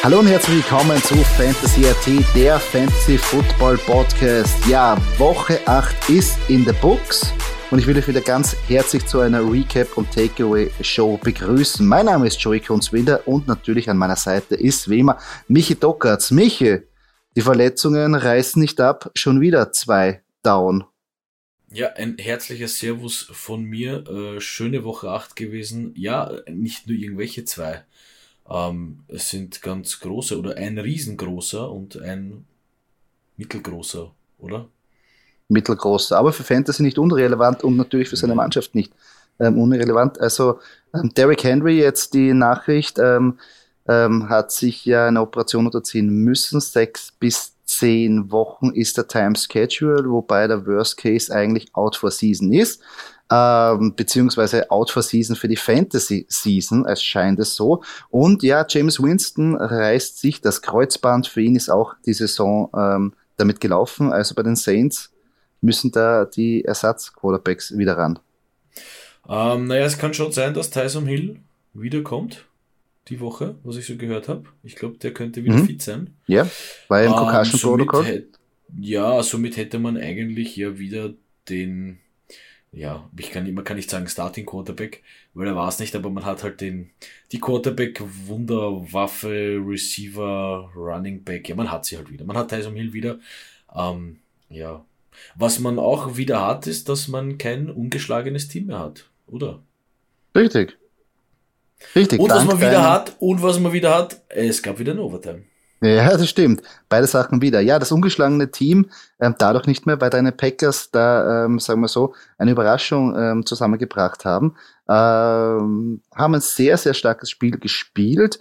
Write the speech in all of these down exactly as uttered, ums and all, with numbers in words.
Hallo und herzlich willkommen zu Fantasy Punkt at, der Fantasy Football Podcast. Ja, Woche acht ist in the books und ich will euch wieder ganz herzlich zu einer Recap- und Takeaway-Show begrüßen. Mein Name ist Joey Kunzwilder und natürlich an meiner Seite ist wie immer Michi Dockertz. Michi, die Verletzungen reißen nicht ab, schon wieder zwei down. Ja, ein herzliches Servus von mir. Äh, schöne Woche acht gewesen. Ja, nicht nur irgendwelche zwei. Ähm, es sind ganz große oder ein riesengroßer und ein mittelgroßer, oder? Mittelgroßer, aber für Fantasy nicht unrelevant und natürlich für seine Ja. Mannschaft nicht ähm, unrelevant. Also ähm, Derrick Henry, jetzt die Nachricht, ähm, ähm, hat sich ja eine Operation unterziehen müssen. Sechs bis zehn Wochen ist der Time Schedule, wobei der Worst Case eigentlich out for season ist. Ähm, beziehungsweise out for season für die Fantasy Season, es scheint es so. Und ja, James Winston reißt sich das Kreuzband, für ihn ist auch die Saison ähm, damit gelaufen, also bei den Saints müssen da die Ersatz-Quarterbacks wieder ran. Ähm, naja, es kann schon sein, dass Tyson Hill wiederkommt, die Woche, was ich so gehört habe. Ich glaube, der könnte wieder Mhm. fit sein. Ja, war ja im Ähm, Concussion-Protokoll. somit hätt- ja, somit hätte man eigentlich ja wieder den, ja, ich kann, man kann nicht sagen Starting Quarterback, weil er war es nicht, aber man hat halt den, die Quarterback Wunderwaffe, Receiver, Running Back, ja, man hat sie halt wieder. Man hat Tyson Hill wieder. Ähm, ja. Was man auch wieder hat, ist, dass man kein ungeschlagenes Team mehr hat, oder? Richtig. Richtig, Und was dank man wieder deinem... hat, und was man wieder hat, es gab wieder ein Overtime. Ja, das stimmt. Beide Sachen wieder. Ja, das ungeschlagene Team, ähm, dadurch nicht mehr, weil deine Packers da, ähm, sagen wir so, eine Überraschung ähm, zusammengebracht haben. Ähm, haben ein sehr, sehr starkes Spiel gespielt.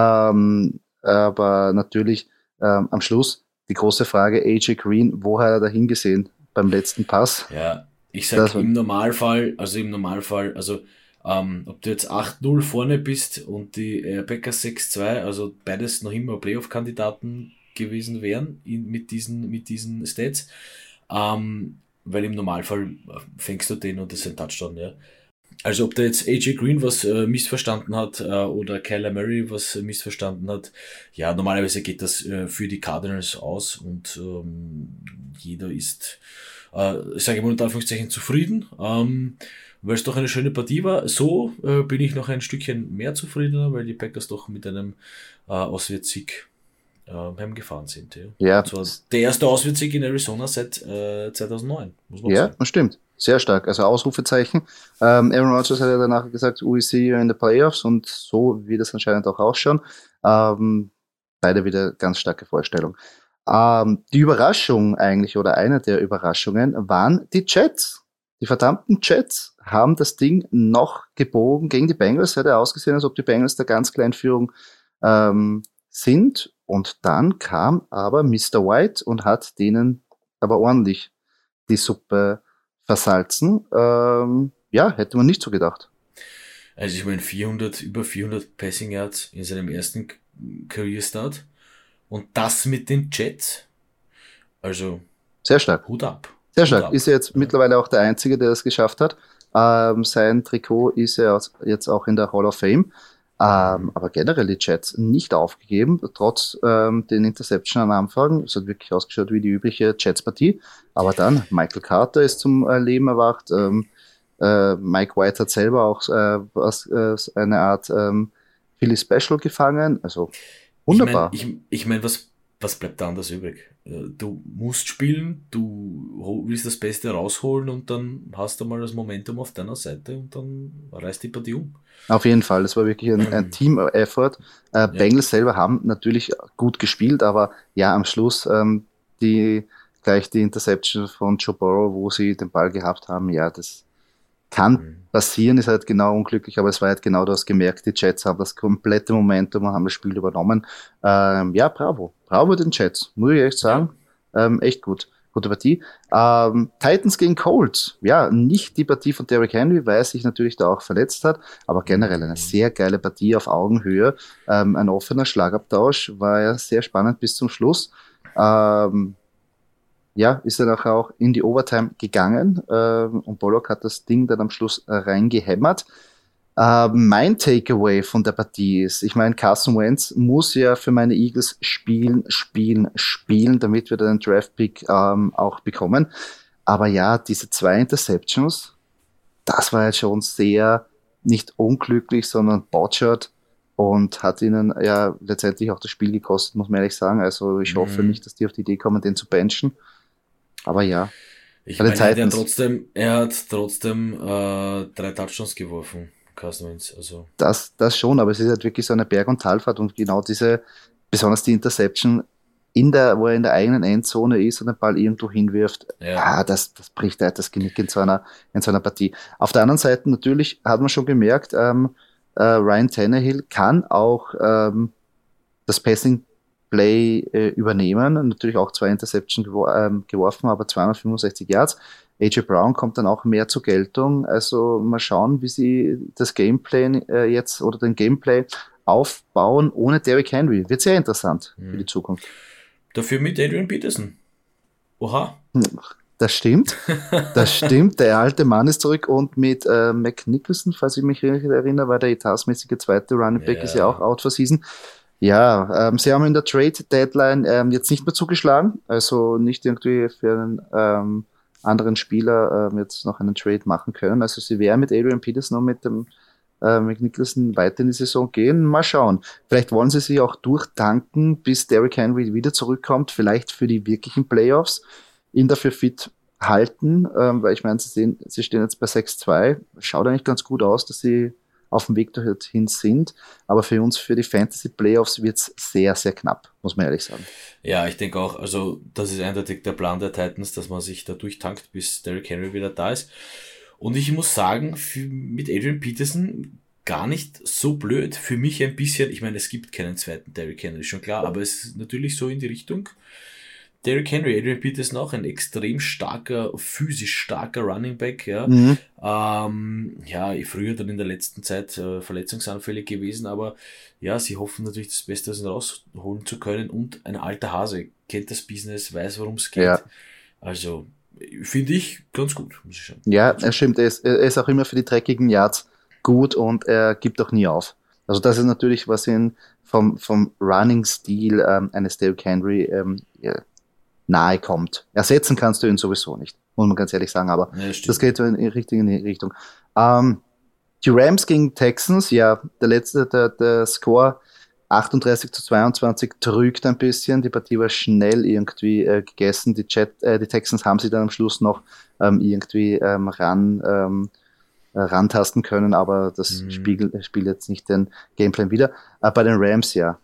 Ähm, aber natürlich ähm, am Schluss die große Frage, A J Green, wo hat er da hingesehen beim letzten Pass? Ja, ich Das sag war, im Normalfall, also im Normalfall, also ähm, ob du jetzt acht null vorne bist und die äh, Packers sechs zwei, also beides noch immer Playoff-Kandidaten gewesen wären in, mit diesen mit diesen Stats, ähm, weil im Normalfall äh, fängst du den und das ist ein Touchdown, ja. Also ob da jetzt A J Green was äh, missverstanden hat äh, oder Kyler Murray was äh, missverstanden hat, ja, normalerweise geht das äh, für die Cardinals aus und ähm, jeder ist, äh, sage ich mal unter Anführungszeichen, zufrieden, ähm, weil es doch eine schöne Partie war. So äh, bin ich noch ein Stückchen mehr zufriedener, weil die Packers doch mit einem äh, Auswärtssieg äh, heimgefahren sind. Ja. ja, Und zwar der erste Auswärtssieg in Arizona seit äh, zweitausendneun, muss man auch ja, sagen. das stimmt. Sehr stark. Also Ausrufezeichen. Ähm, Aaron Rodgers hat ja danach gesagt, we see you in the playoffs und so wird es anscheinend auch ausschauen. Ähm, beide wieder ganz starke Vorstellung. Ähm, die Überraschung eigentlich oder eine der Überraschungen waren die Jets. Die verdammten Jets haben das Ding noch gebogen gegen die Bengals. Hätte ausgesehen, als ob die Bengals da ganz klein Führung ähm, sind. Und dann kam aber Mister White und hat denen aber ordentlich die Suppe versalzen. Ähm, ja, hätte man nicht so gedacht. Also ich meine vierhundert, über vierhundert Passing Yards in seinem ersten K- Career Start und das mit den Jets. Also Sehr stark. Hut ab, Sehr Hut stark. ab. Ist er jetzt Ja. mittlerweile auch der Einzige, der das geschafft hat. Ähm, sein Trikot ist ja jetzt auch in der Hall of Fame. Ähm, Mhm. aber generell die Jets nicht aufgegeben, trotz ähm, den Interception am Anfang. Es hat wirklich ausgeschaut wie die übliche Jets-Partie. Aber dann, Michael Carter ist zum äh, Leben erwacht. Ähm, äh, Mike White hat selber auch äh, was, äh, eine Art ähm, Philly Special gefangen. Also Ich meine, wunderbar. ich, ich mein, was, was bleibt da anders übrig? Äh, Du musst spielen, du ho- willst das Beste rausholen und dann hast du mal das Momentum auf deiner Seite und dann reißt die Partie um. Auf jeden Fall, das war wirklich ein, ein Team-Effort. Äh, Ja. Bengals selber haben natürlich gut gespielt, aber ja, am Schluss ähm, die gleich die Interception von Joe Burrow, wo sie den Ball gehabt haben, ja, das kann Mhm. passieren, ist halt genau unglücklich, aber es war halt genau das gemerkt, die Jets haben das komplette Momentum und haben das Spiel übernommen. Ähm, ja, bravo. Bravo den Jets, muss ich echt Ja. sagen. Ähm, echt gut. Gute Partie. Ähm, Titans gegen Colts. Ja, nicht die Partie von Derrick Henry, weil er sich natürlich da auch verletzt hat, aber generell eine Mhm. sehr geile Partie auf Augenhöhe. Ähm, ein offener Schlagabtausch, war ja sehr spannend bis zum Schluss. Ähm, ja, ist er nachher auch in die Overtime gegangen ähm, und Bullock hat das Ding dann am Schluss äh, reingehämmert. Äh, mein Takeaway von der Partie ist, ich meine, Carson Wentz muss ja für meine Eagles spielen, spielen, spielen, damit wir den Draft-Pick ähm, auch bekommen. Aber ja, diese zwei Interceptions, das war jetzt schon sehr nicht unglücklich, sondern botchert und hat ihnen ja letztendlich auch das Spiel gekostet, muss man ehrlich sagen. Also ich hoffe Mhm. nicht, dass die auf die Idee kommen, den zu benchen. Aber ja, Ich bei den meine, er hat ja Titans, trotzdem, er hat trotzdem äh, drei Touchdowns geworfen, Carson Wentz. Also, das, das schon, aber es ist halt wirklich so eine Berg- und Talfahrt und genau diese, besonders die Interception in der, wo er in der eigenen Endzone ist und den Ball irgendwo hinwirft, ja. ah, das, das bricht halt das Genick in so einer, in so einer Partie. Auf der anderen Seite natürlich hat man schon gemerkt, ähm, äh, Ryan Tannehill kann auch ähm, das Passing Play äh, übernehmen und natürlich auch zwei Interceptions gewor ähm, geworfen, aber zweihundertfünfundsechzig Yards. A J Brown kommt dann auch mehr zur Geltung. Also mal schauen, wie sie das Gameplay äh, jetzt oder den Gameplay aufbauen ohne Derrick Henry. Wird sehr interessant für die Hm. Zukunft. Dafür mit Adrian Peterson. Oha. Das stimmt. Das stimmt. Der alte Mann ist zurück und mit äh, McNicholson, falls ich mich richtig erinnere, war der etatmäßige zweite Running Back, ist ja auch Ja. out for season. Ja, ähm, sie haben in der Trade-Deadline ähm, jetzt nicht mehr zugeschlagen, also nicht irgendwie für einen ähm, anderen Spieler ähm, jetzt noch einen Trade machen können. Also sie werden mit Adrian Peterson und mit dem äh, McNicholson weiter in die Saison gehen. Mal schauen. Vielleicht wollen sie sich auch durchtanken, bis Derrick Henry wieder zurückkommt, vielleicht für die wirklichen Playoffs, ihn dafür fit halten, ähm, weil ich meine, sie, sehen, sie stehen jetzt bei sechs zwei. Schaut eigentlich ganz gut aus, dass sie auf dem Weg dorthin sind. Aber für uns, für die Fantasy Playoffs, wird's sehr, sehr knapp, muss man ehrlich sagen. Ja, ich denke auch, also das ist eindeutig der Plan der Titans, dass man sich da durchtankt, bis Derrick Henry wieder da ist. Und ich muss sagen, für, mit Adrian Peterson gar nicht so blöd. Für mich ein bisschen, ich meine, es gibt keinen zweiten Derrick Henry, schon klar, aber es ist natürlich so in die Richtung. Derrick Henry, Adrian Peterson auch ein extrem starker, physisch starker Running Back, ja. Mhm. Ähm, ja, früher dann in der letzten Zeit äh, verletzungsanfällig gewesen, aber ja, sie hoffen natürlich das Beste aus ihm rausholen zu können und ein alter Hase, kennt das Business, weiß, worum es geht. Ja. Also, finde ich ganz gut, muss ich sagen. Ja, er stimmt. Er ist, er ist auch immer für die dreckigen Yards gut und er gibt auch nie auf. Also das ist natürlich, was ihn vom, vom Running-Stil ähm, eines Derrick Henry ähm, ja, nahe kommt. Ersetzen kannst du ihn sowieso nicht, muss man ganz ehrlich sagen, aber Ja, das stimmt. geht so in die richtige Richtung. Ähm, die Rams gegen Texans, ja, der letzte, der, der Score achtunddreißig zu zweiundzwanzig trügt ein bisschen. Die Partie war schnell irgendwie äh, gegessen. Die, Jet, äh, die Texans haben sie dann am Schluss noch ähm, irgendwie ähm, ran, ähm, äh, rantasten können, aber das Mhm. spiegelt, spielt jetzt nicht den Gameplan wieder. Äh, bei den Rams, ja,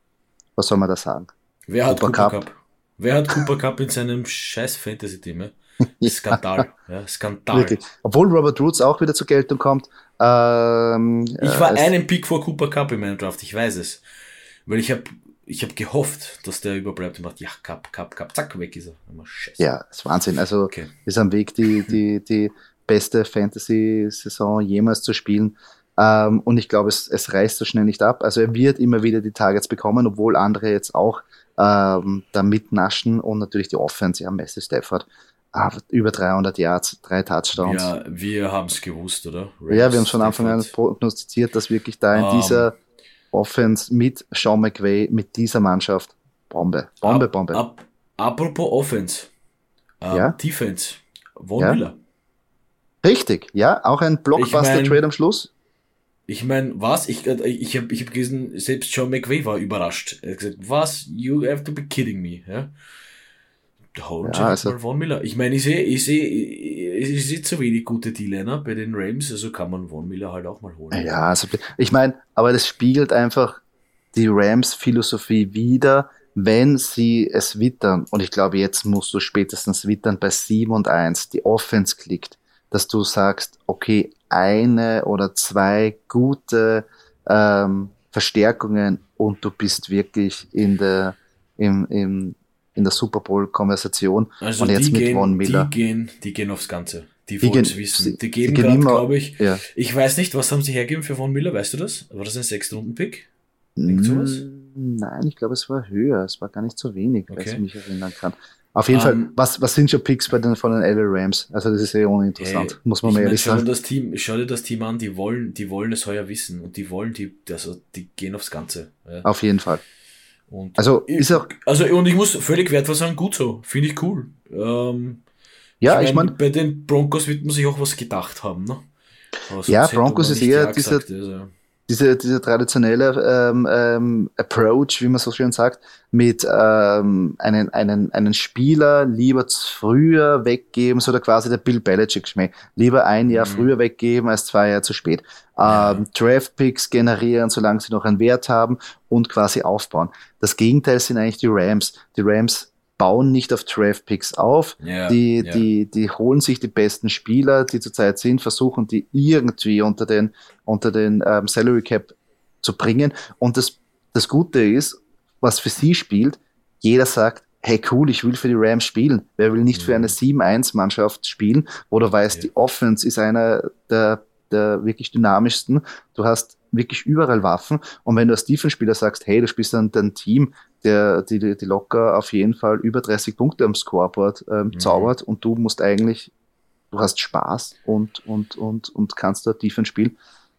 was soll man da sagen? Wer hat Cooper Cooper Cup. Cup? Wer hat Cooper Cup in seinem scheiß Fantasy-Team? Ja? Ja, Skandal. Ja, Skandal. wirklich. Obwohl Robert Woods auch wieder zur Geltung kommt. Ähm, Ich war äh, es, einen Pick vor Cooper Cup in meinem Draft, ich weiß es. Weil ich habe ich hab gehofft, dass der überbleibt und macht, ja, Cup, Cup, Cup, zack, weg ist er. Immer Scheiße. ja, ist Wahnsinn. Also Okay. ist am Weg, die, die, die beste Fantasy-Saison jemals zu spielen. Ähm, und ich glaube, es, es reißt so schnell nicht ab. Also er wird immer wieder die Targets bekommen, obwohl andere jetzt auch ähm, da mitnaschen und natürlich die Offense, ja, Messi Stafford, ah, über dreihundert Yards, drei Touchdowns. Ja, wir haben es gewusst, oder? Ja, wir haben es von Anfang an Stafford. prognostiziert, dass wirklich da in Ähm, dieser Offense mit Sean McVay, mit dieser Mannschaft, Bombe, Bombe, ab, Bombe. ab, apropos Offense, ähm, Ja, Defense, Von ja, Miller. richtig. Ja, auch ein Ich Blockbuster-Trade meine, am Schluss. ich mein, was? Ich, äh, ich habe ich hab gelesen, selbst Sean McVay war überrascht. Er hat gesagt, was? You have to be kidding me. Ja? Holen Ja, Sie halt also mal Von Miller. Ich meine, ich sehe ich seh, ich seh zu wenig gute D-Liner bei den Rams, also kann man Von Miller halt auch mal holen. ja, also ich meine, aber das spiegelt einfach die Rams-Philosophie wider, wenn sie es wittern. Und ich glaube, jetzt musst du spätestens wittern bei sieben und eins, die Offense klickt, dass du sagst, okay, eine oder zwei gute ähm, Verstärkungen und du bist wirklich in der im, im, in der Super Bowl-Konversation. Also Und jetzt die mit Von gehen, die Miller. gehen, die gehen aufs Ganze. Die Die wollen es gehen, wissen. sie, Die sie geben gehen gerade, immer, glaube ich, ja. ich weiß nicht, was haben sie hergegeben für Von Miller, weißt du das? War das ein Sechs-Runden-Pick? Irgend sowas? Mm, Nein, ich glaube, es war höher. Es war gar nicht so wenig, weil ich Okay. mich erinnern kann. Auf jeden Ähm, Fall, was, was sind schon Picks bei den, von den L A Rams? Also das ist eh uninteressant, Hey, muss man ich mal meine, ehrlich schau dir sagen. das Team, schau dir das Team an, die wollen, die wollen es heuer wissen und die wollen die, also die gehen aufs Ganze. Ja. Auf jeden Fall. Und Also ich, ist auch, also und ich muss völlig wertvoll sagen, gut so, finde ich cool. Ähm, ich ja, ich meine, meine, bei den Broncos wird man sich auch was gedacht haben, ne? Aber ja, sonst hätte Broncos man ist nicht eher ja dieser, gesagt. Also. diese, dieser traditionelle ähm, ähm, Approach, wie man so schön sagt, mit ähm, einen, einen, einen Spieler lieber zu früher weggeben, so der quasi der Bill Belichick-Schmäh. Lieber ein Jahr Mhm. früher weggeben als zwei Jahre zu spät. Ähm, Ja, Draft-Picks generieren, solange sie noch einen Wert haben und quasi aufbauen. Das Gegenteil sind eigentlich die Rams. Die Rams bauen nicht auf Draft-Picks auf, ja, die, ja. die, die holen sich die besten Spieler, die zurzeit sind, versuchen die irgendwie unter den, unter den ähm, Salary Cap zu bringen. Und das, das Gute ist, was für sie spielt, jeder sagt, hey cool, ich will für die Rams spielen. Wer will nicht für eine Mhm. sieben eins Mannschaft spielen, wo du weißt, Ja. die Offense ist einer der, der wirklich dynamischsten. Du hast wirklich überall Waffen. Und wenn du als Defense-Spieler sagst, hey, du spielst dann dein Team, der, die, die locker auf jeden Fall über dreißig Punkte am Scoreboard ähm, Mhm. zaubert und du musst eigentlich, du hast Spaß und, und, und, und kannst dort Defense spielen.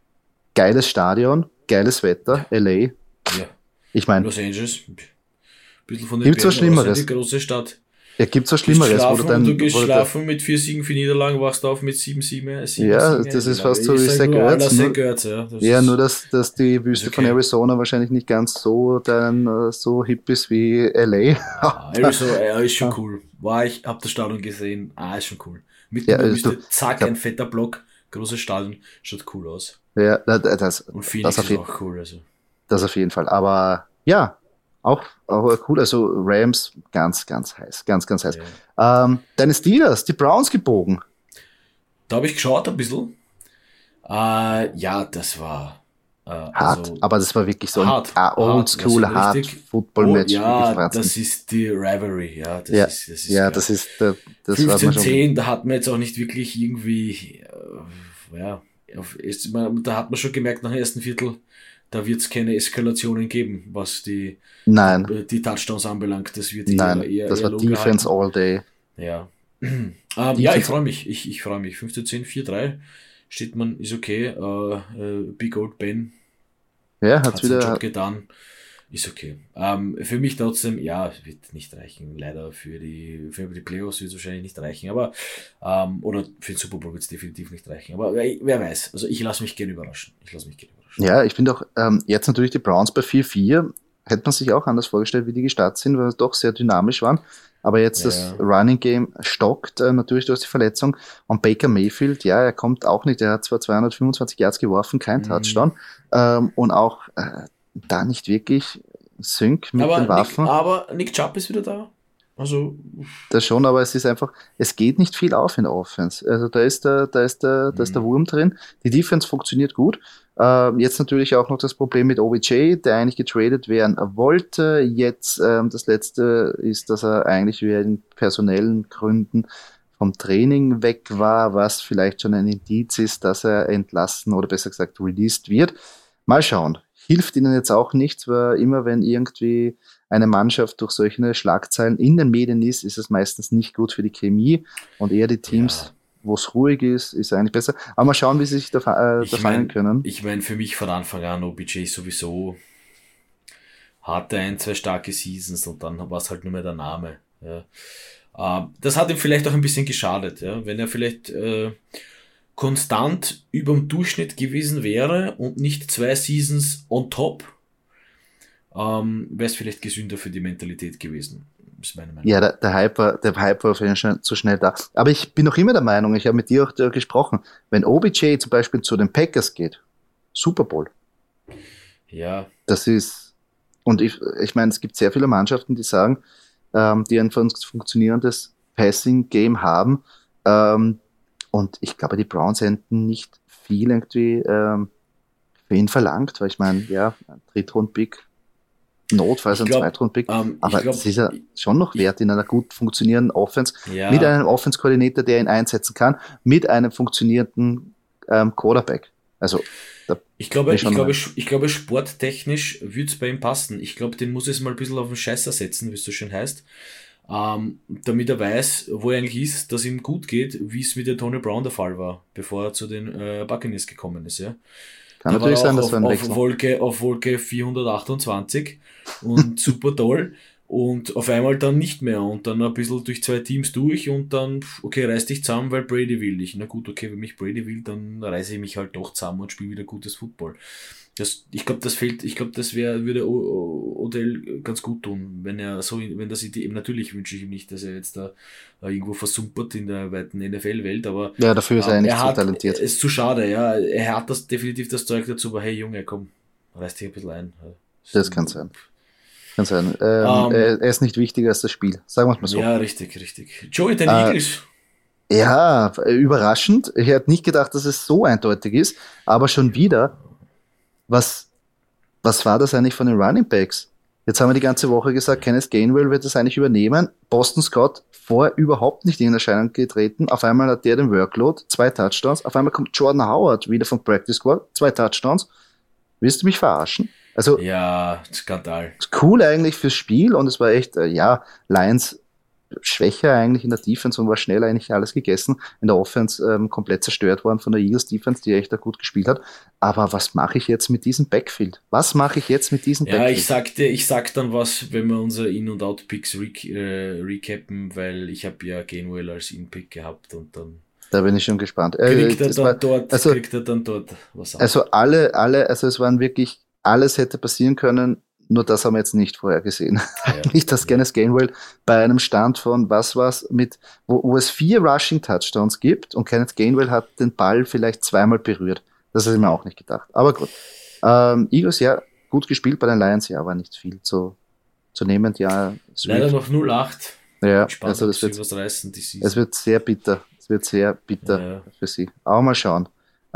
Geiles Stadion, geiles Wetter, Ja, L A. ja. Ich meine, Los Angeles, ein bisschen von den gibt's was Bergen raus in die Schlimmeres? große Stadt. Ja, gibt's was Gehst Schlimmeres, wo du schlafen und du dann, gehst wo du da, schlafen mit vier Siegen, vier Niederlagen, wachst auf mit sieben, sieben, sieben, ja, sieben das ist Niederlagen. fast so wie Ich sag Zach nur aller Ertz, Zach nur, Ertz, ja. Das ja, nur ist, dass, dass die ist Wüste von okay. Arizona wahrscheinlich nicht ganz so dann äh, so hip ist wie L A. Ah, Arizona, ja, ist schon Aber, cool. War ich, hab das Stadion gesehen. Ah, ist schon cool. Mitten ja, in der also du, Wüste, ich zack, ein glaube, fetter Block, großes Stadion, schaut cool aus. ja, das, Und das Phoenix auf ist jeden auch cool, also. Das auf jeden Fall. Aber ja, auch, auch cool. Also Rams ganz, ganz heiß. Ganz, ganz heiß. Ja. Ähm, deine Steelers, die Browns gebogen. Da habe ich geschaut ein bisschen. Äh, ja, das war, äh, Hart. also Aber das war wirklich so ein hart, ah, hart, was oldschool, so hart richtig. Oh, Football-Match, wirklich ja, Fratzen. das ist die Rivalry, ja, das Ja, ist, das ist ja, klar. das ist, das, das hat man fünfzehn schon. zehn, da hat man jetzt auch nicht wirklich irgendwie, äh, ja, auf, ist, man, da hat man schon gemerkt nach dem ersten Viertel, da wird es keine Eskalationen geben, was die, Nein, die, die Touchdowns anbelangt. Das wird eher, nein, eher, das eher war low Defense gehalten. all day. Ja. ähm, ja, ich Defense, freue mich. Ich, ich freue mich. fünfzehn zehn, vier drei steht man, ist okay. Äh, äh, Big Old Ben ja, hat's hat seinen Job wieder, getan. Ist okay. Ähm, für mich trotzdem, ja, wird nicht reichen. Leider für die, für die Playoffs wird es wahrscheinlich nicht reichen. Aber, ähm, oder für den Super Bowl wird es definitiv nicht reichen. Aber wer, wer weiß. Also ich lasse mich gerne überraschen. Ich lasse mich gerne überraschen. ja, ich finde auch, ähm, jetzt natürlich die Browns bei vier vier, hätte man sich auch anders vorgestellt, wie die gestartet sind, weil sie doch sehr dynamisch waren. Aber jetzt das Ja, Running Game stockt, äh, natürlich durch die Verletzung. Und Baker Mayfield, ja, er kommt auch nicht. Er hat zwar zweihundertfünfundzwanzig Yards geworfen, kein mm. Touchdown. Ähm, und auch äh, da nicht wirklich Sync mit Aber den Nick, Waffen. aber Nick Chubb ist wieder da. Also, Das schon, aber es ist einfach, es geht nicht viel auf in der Offense. Also da ist der, da ist der, da ist der mm, Wurm drin. Die Defense funktioniert gut. Ähm, jetzt natürlich auch noch das Problem mit O B J, der eigentlich getradet werden wollte. Jetzt ähm, das letzte ist, dass er eigentlich wegen personellen Gründen vom Training weg war, was vielleicht schon ein Indiz ist, dass er entlassen oder besser gesagt released wird. Mal schauen. Hilft ihnen jetzt auch nichts, weil immer wenn irgendwie eine Mannschaft durch solche Schlagzeilen in den Medien ist, ist es meistens nicht gut für die Chemie und eher die ja. Teams, wo es ruhig ist, ist eigentlich besser. Aber mal schauen, wie sie sich da, äh, da Ich fangen meine, können. ich mein, für mich von Anfang an O B J sowieso hatte ein, zwei starke Seasons und dann war es halt nur mehr der Name. Ja. Äh, das hat ihm vielleicht auch ein bisschen geschadet, ja. Wenn er vielleicht äh, konstant über dem Durchschnitt gewesen wäre und nicht zwei Seasons on top, ähm, wäre es vielleicht gesünder für die Mentalität gewesen. Ist meine Meinung. Ja, der, der Hype war, der Hype war auf jeden Fall zu schnell da. Aber ich bin noch immer der Meinung, ich habe mit dir auch da gesprochen, wenn O B J zum Beispiel zu den Packers geht, Super Bowl, Ja, das ist, und ich, ich meine, es gibt sehr viele Mannschaften, die sagen, ähm, die ein fun funktionierendes Passing-Game haben, ähm, und ich glaube, die Browns hätten nicht viel irgendwie ähm, für ihn verlangt, weil ich meine, ja, ein Drittrund-Pick, notfalls ich ein glaube, Zweitrund-Pick, ähm, ich aber glaube, das ist ja schon noch ich, wert in einer gut funktionierenden Offense, mit ja, einem Offense-Koordinator, der ihn einsetzen kann, mit einem funktionierenden ähm, Quarterback. Also, da Ich bin glaube, ich ich schon glaube, rein. ich glaube, sporttechnisch würde es bei ihm passen. Ich glaube, den muss es mal ein bisschen auf den Scheißer setzen, wie es so schön heißt. ähm, damit er weiß, wo er eigentlich ist, dass ihm gut geht, wie es mit der Tony Brown der Fall war, bevor er zu den äh, Buccaneers gekommen ist. Ja. Kann Da war natürlich er auch sein, dass auf, wir einen auf, Wechsel. Wolke, auf Wolke vierhundertachtundzwanzig und super toll. Und auf einmal dann nicht mehr und dann ein bisschen durch zwei Teams durch und dann, okay, reiß dich zusammen, weil Brady will dich. Na gut, okay, wenn mich Brady will, dann reiße ich mich halt doch zusammen und spiele wieder gutes Football. Das, ich glaube, das fehlt, ich glaube, das wäre, würde O- O- Odell ganz gut tun, wenn er so, wenn das Idee, eben natürlich wünsche ich ihm nicht, dass er jetzt da äh, irgendwo versumpert in der weiten N F L-Welt, aber Ja, dafür ist er ähm, eigentlich er zu hat, talentiert. es ist zu schade, ja, er hat das definitiv das Zeug dazu, aber hey Junge, komm, reiß dich ein bisschen ein. Das kann sein. Kann sein. Ähm, Ähm, er, er ist nicht wichtiger als das Spiel. Sagen wir es mal so. Ja, richtig, richtig. Joey, den Äh, Eagles. Ja, überraschend. Ich hätte nicht gedacht, dass es so eindeutig ist, aber schon wieder, was, was war das eigentlich von den Running Backs? Jetzt haben wir die ganze Woche gesagt, Kenneth Gainwell wird das eigentlich übernehmen. Boston Scott vorher überhaupt nicht in Erscheinung getreten. Auf einmal hat der den Workload, zwei Touchdowns. Auf einmal kommt Jordan Howard wieder vom Practice Squad, zwei Touchdowns. Willst du mich verarschen? Also Ja, Skandal. cool eigentlich fürs Spiel und es war echt, äh, ja, Lions schwächer eigentlich in der Defense und war schnell eigentlich alles gegessen. In der Offense ähm, komplett zerstört worden von der Eagles Defense, die echt da gut gespielt hat. Aber was mache ich jetzt mit diesem Backfield? Was mache ich jetzt mit diesem Ja, Backfield? ich sagte, ich sag dann was, wenn wir unsere In- und Out-Picks re äh, recappen, weil ich habe ja Gainwell als In-Pick gehabt und dann Da bin ich schon gespannt. Äh, kriegt er das dann war, dort, also, kriegt er dann dort was ab. also alle, alle, also es waren wirklich, alles hätte passieren können, nur das haben wir jetzt nicht vorher gesehen. Ja, Nicht, dass ja. Kenneth Gainwell bei einem Stand von, was war's, mit, wo, wo es vier Rushing Touchdowns gibt und Kenneth Gainwell hat den Ball vielleicht zweimal berührt. Das hätte ich mir auch nicht gedacht. Aber gut. Ähm, Eagles, ja, gut gespielt, bei den Lions, ja, war nicht viel zu, zu nehmen, ja. Leider noch null acht. Ja, Gespannt, also ob das sie wird, was reißen, die Season. es wird sehr bitter. Es wird sehr bitter Ja. für sie. Aber mal schauen.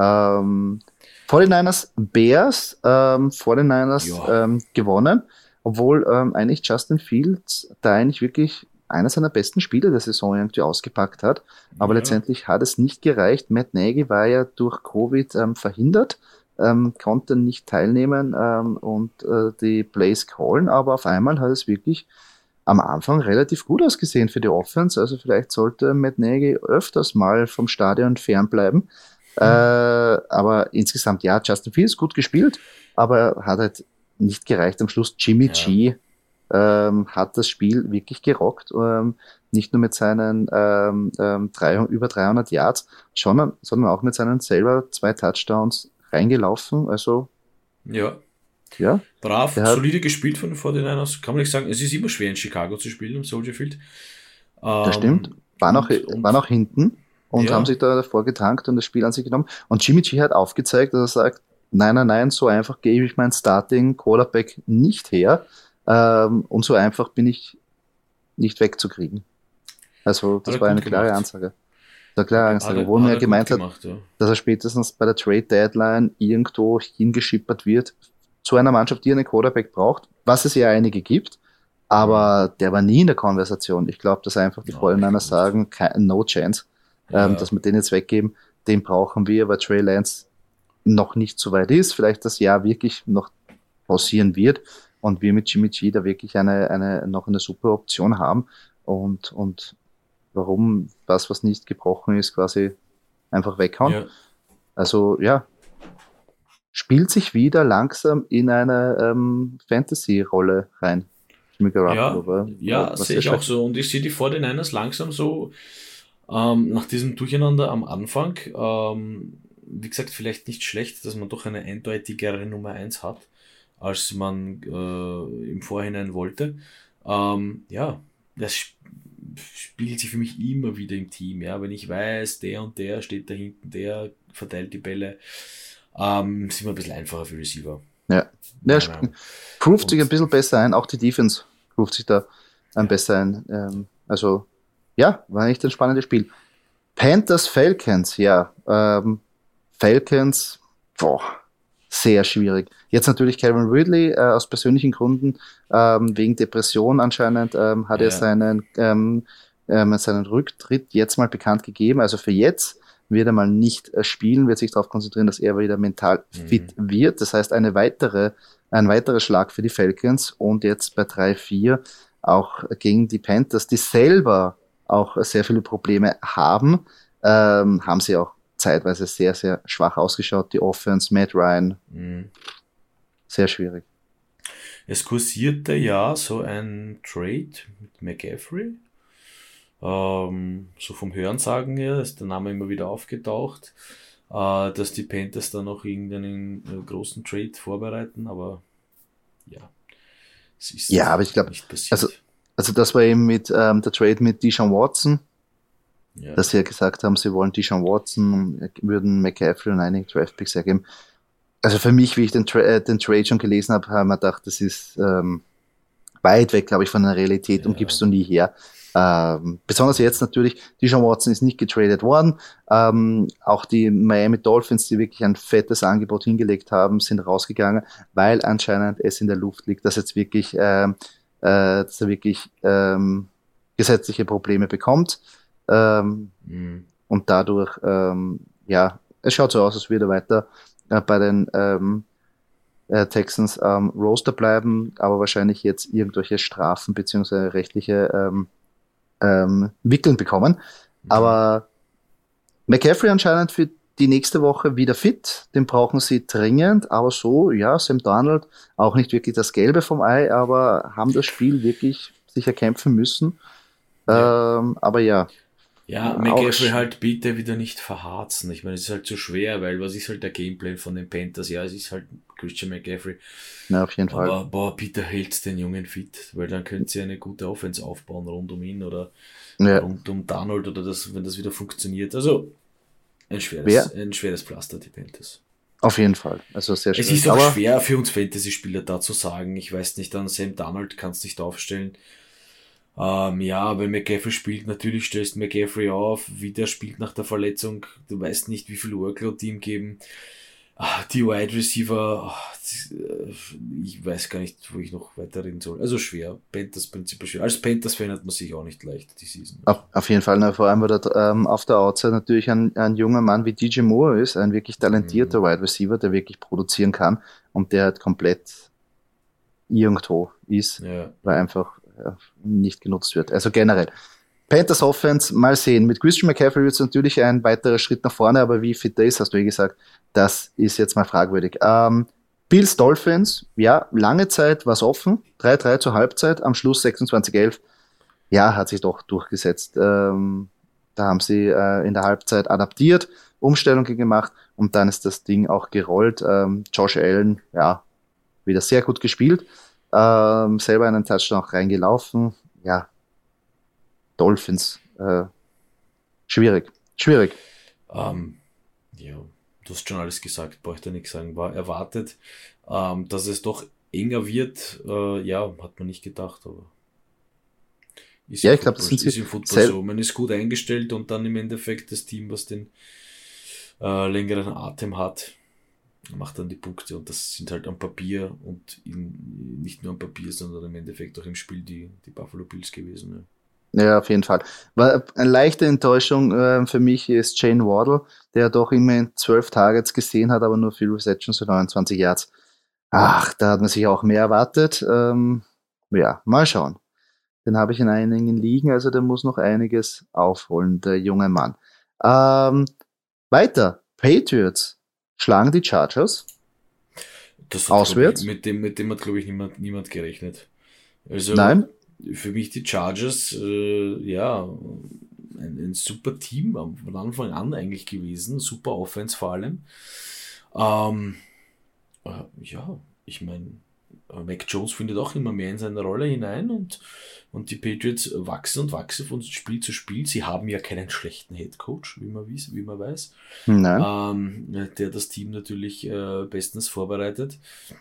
Ähm, forty-niners Bears, ähm, forty-niners Ja. ähm, gewonnen, obwohl ähm, eigentlich Justin Fields da eigentlich wirklich einer seiner besten Spiele der Saison irgendwie ausgepackt hat. Aber Ja. letztendlich hat es nicht gereicht. Matt Nagy war ja durch Covid ähm, verhindert, ähm, konnte nicht teilnehmen ähm, und äh, die Plays callen, aber auf einmal hat es wirklich am Anfang relativ gut ausgesehen für die Offense. Also vielleicht sollte Matt Nagy öfters mal vom Stadion fernbleiben. Äh, aber insgesamt, ja, Justin Fields gut gespielt, aber hat halt nicht gereicht. Am Schluss Jimmy Ja. G ähm, hat das Spiel wirklich gerockt. Ähm, nicht nur mit seinen ähm, ähm, drei, über dreihundert Yards, schon, sondern auch mit seinen selber zwei Touchdowns reingelaufen. Also, Ja. ja, Brav, der hat, solide gespielt von den forty-niners. Kann man nicht sagen, es ist immer schwer in Chicago zu spielen, im Soldier Field. das stimmt. Ähm, War noch, und, und, war noch hinten und ja. haben sich da davor getankt und das Spiel an sich genommen. Und Jimmy G hat aufgezeigt, dass er sagt, nein, nein, nein, so einfach gebe ich mein Starting Quarterback nicht her. Ähm, und so einfach bin ich nicht wegzukriegen. Also das Hat er war gut eine klare gemacht. Ansage. Das war eine klare Hat Ansage, er, obwohl hat man er ja gemeint gut hat, gemacht, ja. dass er spätestens bei der Trade Deadline irgendwo hingeschippert wird zu einer Mannschaft, die einen Quarterback braucht, was es ja einige gibt, aber der war nie in der Konversation. Ich glaube, dass einfach die Nein, forty-niners ich glaub sagen, kein, no chance, ähm, Ja. dass wir den jetzt weggeben, den brauchen wir, weil Trey Lance noch nicht so weit ist, vielleicht das Jahr wirklich noch pausieren wird und wir mit Jimmy G da wirklich eine, eine, noch eine super Option haben und, und warum das, was nicht gebrochen ist, quasi einfach weghauen. Ja. Also ja, spielt sich wieder langsam in eine ähm, Fantasy-Rolle rein. Jimmy Garoppolo, Ja, war- ja, war sehe sehr ich auch schlecht. so. Und ich sehe die forty-niners langsam so ähm, nach diesem Durcheinander am Anfang. Ähm, wie gesagt, vielleicht nicht schlecht, dass man doch eine eindeutigere Nummer eins hat, als man äh, im Vorhinein wollte. Ähm, ja, das sp- spiegelt sich für mich immer wieder im Team. Ja, wenn ich weiß, der und der steht da hinten, der verteilt die Bälle, ähm, sind wir ein bisschen einfacher für Receiver. Ja, ja Meine sp- Meinung. proved sich Und- ein bisschen besser ein, auch die Defense proved sich da ein Ja. besser ein. Ähm, also ja, war echt ein spannendes Spiel. Panthers Falcons, ja, ähm, Falcons, boah, sehr schwierig. Jetzt natürlich Calvin Ridley äh, aus persönlichen Gründen, ähm, wegen Depression anscheinend, ähm, hat er Ja. seinen, ähm, ähm, seinen Rücktritt jetzt mal bekannt gegeben. Also für jetzt wird er mal nicht äh, spielen, wird sich darauf konzentrieren, dass er wieder mental Mhm. fit wird. Das heißt, eine weitere, ein weiterer Schlag für die Falcons und jetzt bei drei vier. auch gegen die Panthers, die selber auch sehr viele Probleme haben, ähm, haben sie auch zeitweise sehr, sehr schwach ausgeschaut. Die Offense, Matt Ryan, Mhm. sehr schwierig. Es kursierte ja so ein Trade mit McCaffrey. Ähm, so vom Hörensagen her ist der Name immer wieder aufgetaucht, äh, dass die Panthers da noch irgendeinen äh, großen Trade vorbereiten, aber ja, es ist Ja, aber ich glaube, nicht also, passiert. also das war eben mit ähm, der Trade mit Deshaun Watson, Ja. dass sie ja gesagt haben, sie wollen Deshaun Watson, würden McCaffrey und einige Draftpicks hergeben. Also für mich, wie ich den, Tra äh, den Trade schon gelesen habe, habe ich mir gedacht, das ist ähm, weit weg, glaube ich, von der Realität und Ja. gibst du nie her. Ähm, besonders jetzt natürlich, Deshaun Watson ist nicht getradet worden. Ähm, auch die Miami Dolphins, die wirklich ein fettes Angebot hingelegt haben, sind rausgegangen, weil anscheinend es in der Luft liegt, dass jetzt wirklich, ähm, äh, dass er wirklich ähm, gesetzliche Probleme bekommt. Ähm, Mhm. und dadurch, ähm, ja, es schaut so aus, als würde er weiter äh, bei den ähm, äh, Texans am Roster bleiben, aber wahrscheinlich jetzt irgendwelche Strafen beziehungsweise rechtliche ähm, ähm, Wickeln bekommen. Mhm. Aber McCaffrey anscheinend für die nächste Woche wieder fit. Den brauchen sie dringend. Aber so, ja, Sam Darnold, auch nicht wirklich das Gelbe vom Ei, aber haben das Spiel wirklich sich erkämpfen müssen. Ja. Ähm, aber ja, Ja, auch, McCaffrey sch- halt bitte wieder nicht verharzen. Ich meine, es ist halt zu schwer, weil was ist halt der Gameplan von den Panthers? Ja, es ist halt Christian McCaffrey. na, auf jeden Fall. Aber boah, bitte hält's den Jungen fit, weil dann könnt ihr eine gute Offense aufbauen rund um ihn oder Ja, rund um Darnold oder das, wenn das wieder funktioniert. Also ein schweres, wer? ein schweres Pflaster, die Panthers. Auf jeden Fall. Also sehr Es ist schwierig. auch Aber schwer für uns Fantasy-Spieler da zu sagen. Ich weiß nicht, an Sam Darnold kannst du nicht aufstellen. Ähm, ja, wenn McCaffrey spielt, natürlich stellst McCaffrey auf, wie der spielt nach der Verletzung. Du weißt nicht, wie viel Workload die ihm geben. Ah, die Wide Receiver, ah, das, äh, ich weiß gar nicht, wo ich noch weiterreden soll. Also schwer. Panthers prinzipiell schwer. Als Panthers-Fan hat man sich auch nicht leicht, die Season. auf, auf jeden Fall, ne, vor allem, weil dort ähm, auf der Outside natürlich ein, ein junger Mann wie D J Moore ist, ein wirklich talentierter Mhm. Wide Receiver, der wirklich produzieren kann und der halt komplett irgendwo ist, Ja, weil einfach ja, nicht genutzt wird. Also generell. Panthers Offense, mal sehen. Mit Christian McCaffrey wird es natürlich ein weiterer Schritt nach vorne, aber wie fit er ist, hast du eh gesagt, das ist jetzt mal fragwürdig. Ähm, Bills Dolphins, ja, lange Zeit war es offen. drei drei zur Halbzeit, am Schluss sechsundzwanzig elf. Ja, hat sich doch durchgesetzt. Ähm, da haben sie äh, in der Halbzeit adaptiert, Umstellungen gemacht und dann ist das Ding auch gerollt. Ähm, Josh Allen, ja, wieder sehr gut gespielt. Ähm, selber einen Touchdown auch reingelaufen. Ja, Dolphins, äh, schwierig, schwierig. ähm, ja, du hast schon alles gesagt, bräuchte nichts sagen. War erwartet, ähm, dass es doch enger wird. Äh, ja, hat man nicht gedacht, aber ist Ja, im ich glaube, das Football, sind ist sie im Football sel so. Man ist gut eingestellt und dann im Endeffekt das Team, was den äh, längeren Atem hat, macht dann die Punkte und das sind halt am Papier und in, nicht nur am Papier, sondern im Endeffekt auch im Spiel die, die Buffalo Bills gewesen. ja, auf jeden Fall. War eine leichte Enttäuschung äh, für mich ist Jane Wardle, der doch immerhin zwölf Targets gesehen hat, aber nur vier Receptions für neunundzwanzig Yards. Ach, da hat man sich auch mehr erwartet. Ähm, ja, mal schauen. Den habe ich in einigen Ligen, also der muss noch einiges aufholen, der junge Mann. Ähm, weiter. Patriots schlagen die Chargers Das hat, glaube ich, auswärts. mit dem, mit dem hat, glaube ich, niemand, niemand gerechnet. Also Nein, für mich die Chargers, äh, ja, ein, ein super Team von Anfang an eigentlich gewesen, super Offense vor allem. Ähm, äh, ja, ich meine, Mac Jones findet auch immer mehr in seine Rolle hinein und, und die Patriots wachsen und wachsen von Spiel zu Spiel. Sie haben ja keinen schlechten Headcoach, wie man, wies, wie man weiß, nein, ähm, der das Team natürlich äh, bestens vorbereitet.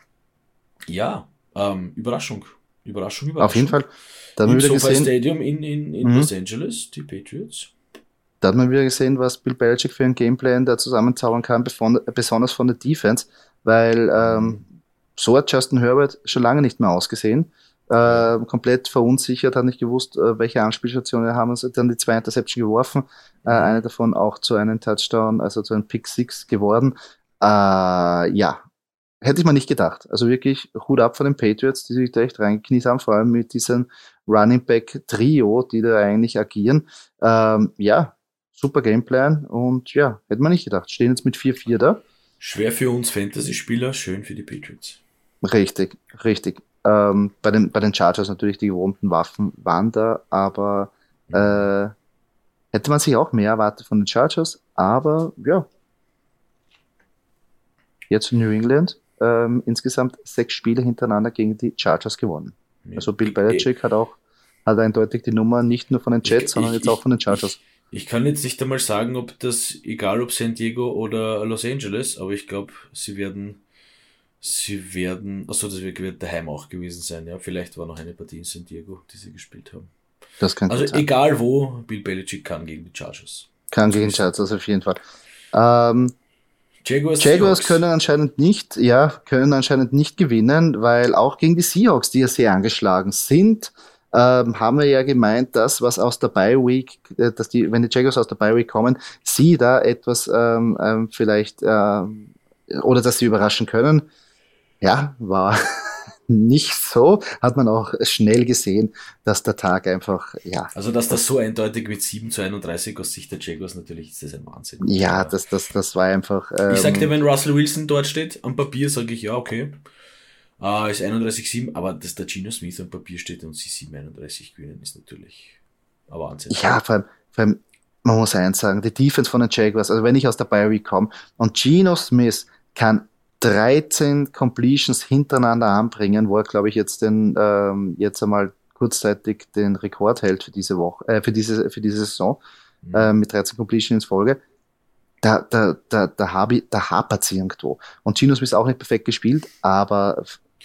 Ja, ähm, Überraschung. Überraschung, auf jeden Überraschung. Fall. Da hat man Im wieder SoFi gesehen, Stadium in, in, in mhm. Los Angeles, die Patriots. Da hat man wieder gesehen, was Bill Belichick für ein Gameplan da zusammenzaubern kann, bevon- besonders von der Defense, weil ähm, Mhm. so hat Justin Herbert schon lange nicht mehr ausgesehen. Ja. Äh, komplett verunsichert, hat nicht gewusst, äh, welche Anspielstationen er haben. Sie dann die zwei Interception geworfen, äh, Mhm. eine davon auch zu einem Touchdown, also zu einem Pick Six geworden. Äh, ja, hätte ich mal nicht gedacht. Also wirklich Hut ab von den Patriots, die sich da echt reingekniet haben, vor allem mit diesem Running Back Trio, die da eigentlich agieren. Ähm, ja, super Gameplan und ja, hätte man nicht gedacht. Stehen jetzt mit vier vier da. Schwer für uns Fantasy-Spieler, schön für die Patriots. Richtig, richtig. Ähm, bei den, bei den Chargers natürlich die gewohnten Waffen waren da, aber äh, hätte man sich auch mehr erwartet von den Chargers, aber ja, jetzt New England ähm, insgesamt sechs Spiele hintereinander gegen die Chargers gewonnen. Ja. Also Bill Belichick hat auch hat eindeutig die Nummer nicht nur von den Jets, Ich, sondern ich, jetzt auch von den ich, Chargers. ich, ich kann jetzt nicht einmal sagen, ob das, egal ob San Diego oder Los Angeles, aber ich glaube, sie werden, sie werden, achso, das wird daheim auch gewesen sein, ja. Vielleicht war noch eine Partie in San Diego, die sie gespielt haben. Das kann Also gut sein. egal wo, Bill Belichick kann gegen die Chargers. Kann gegen Chargers auf jeden Fall. Ähm, Jaguars, Jaguars Seahawks. können anscheinend nicht, ja, können anscheinend nicht gewinnen, weil auch gegen die Seahawks, die ja sehr angeschlagen sind, ähm, haben wir ja gemeint, dass was aus der Bye Week, äh, dass die, wenn die Jaguars aus der Bye Week kommen, sie da etwas ähm, ähm, vielleicht ähm, oder dass sie überraschen können. Ja, war nicht so. Hat man auch schnell gesehen, dass der Tag einfach, ja, Also, dass das das, so eindeutig mit sieben zu einunddreißig aus Sicht der Jaguars, natürlich ist das ein Wahnsinn. ja, Aber das, das, das war einfach. ich sag dir, Ähm, wenn Russell Wilson dort steht, am Papier sage ich, ja, okay. Äh, ist einunddreißig sieben, aber dass der Gino Smith am Papier steht und sie sieben einunddreißig gewinnen, ist natürlich ein Wahnsinn. ja, vor allem, vor allem, man muss eins sagen, die Defense von den Jaguars, also wenn ich aus der Bye Week komme und Geno Smith kann dreizehn Completions hintereinander anbringen, wo er, glaube ich, jetzt den, ähm, jetzt einmal kurzzeitig den Rekord hält für diese Woche, äh, für diese, für diese Saison, Mhm. äh, mit dreizehn Completions in Folge. Da, da, da, da, hab ich, da hapert irgendwo. Und Geno Smith auch nicht perfekt gespielt, aber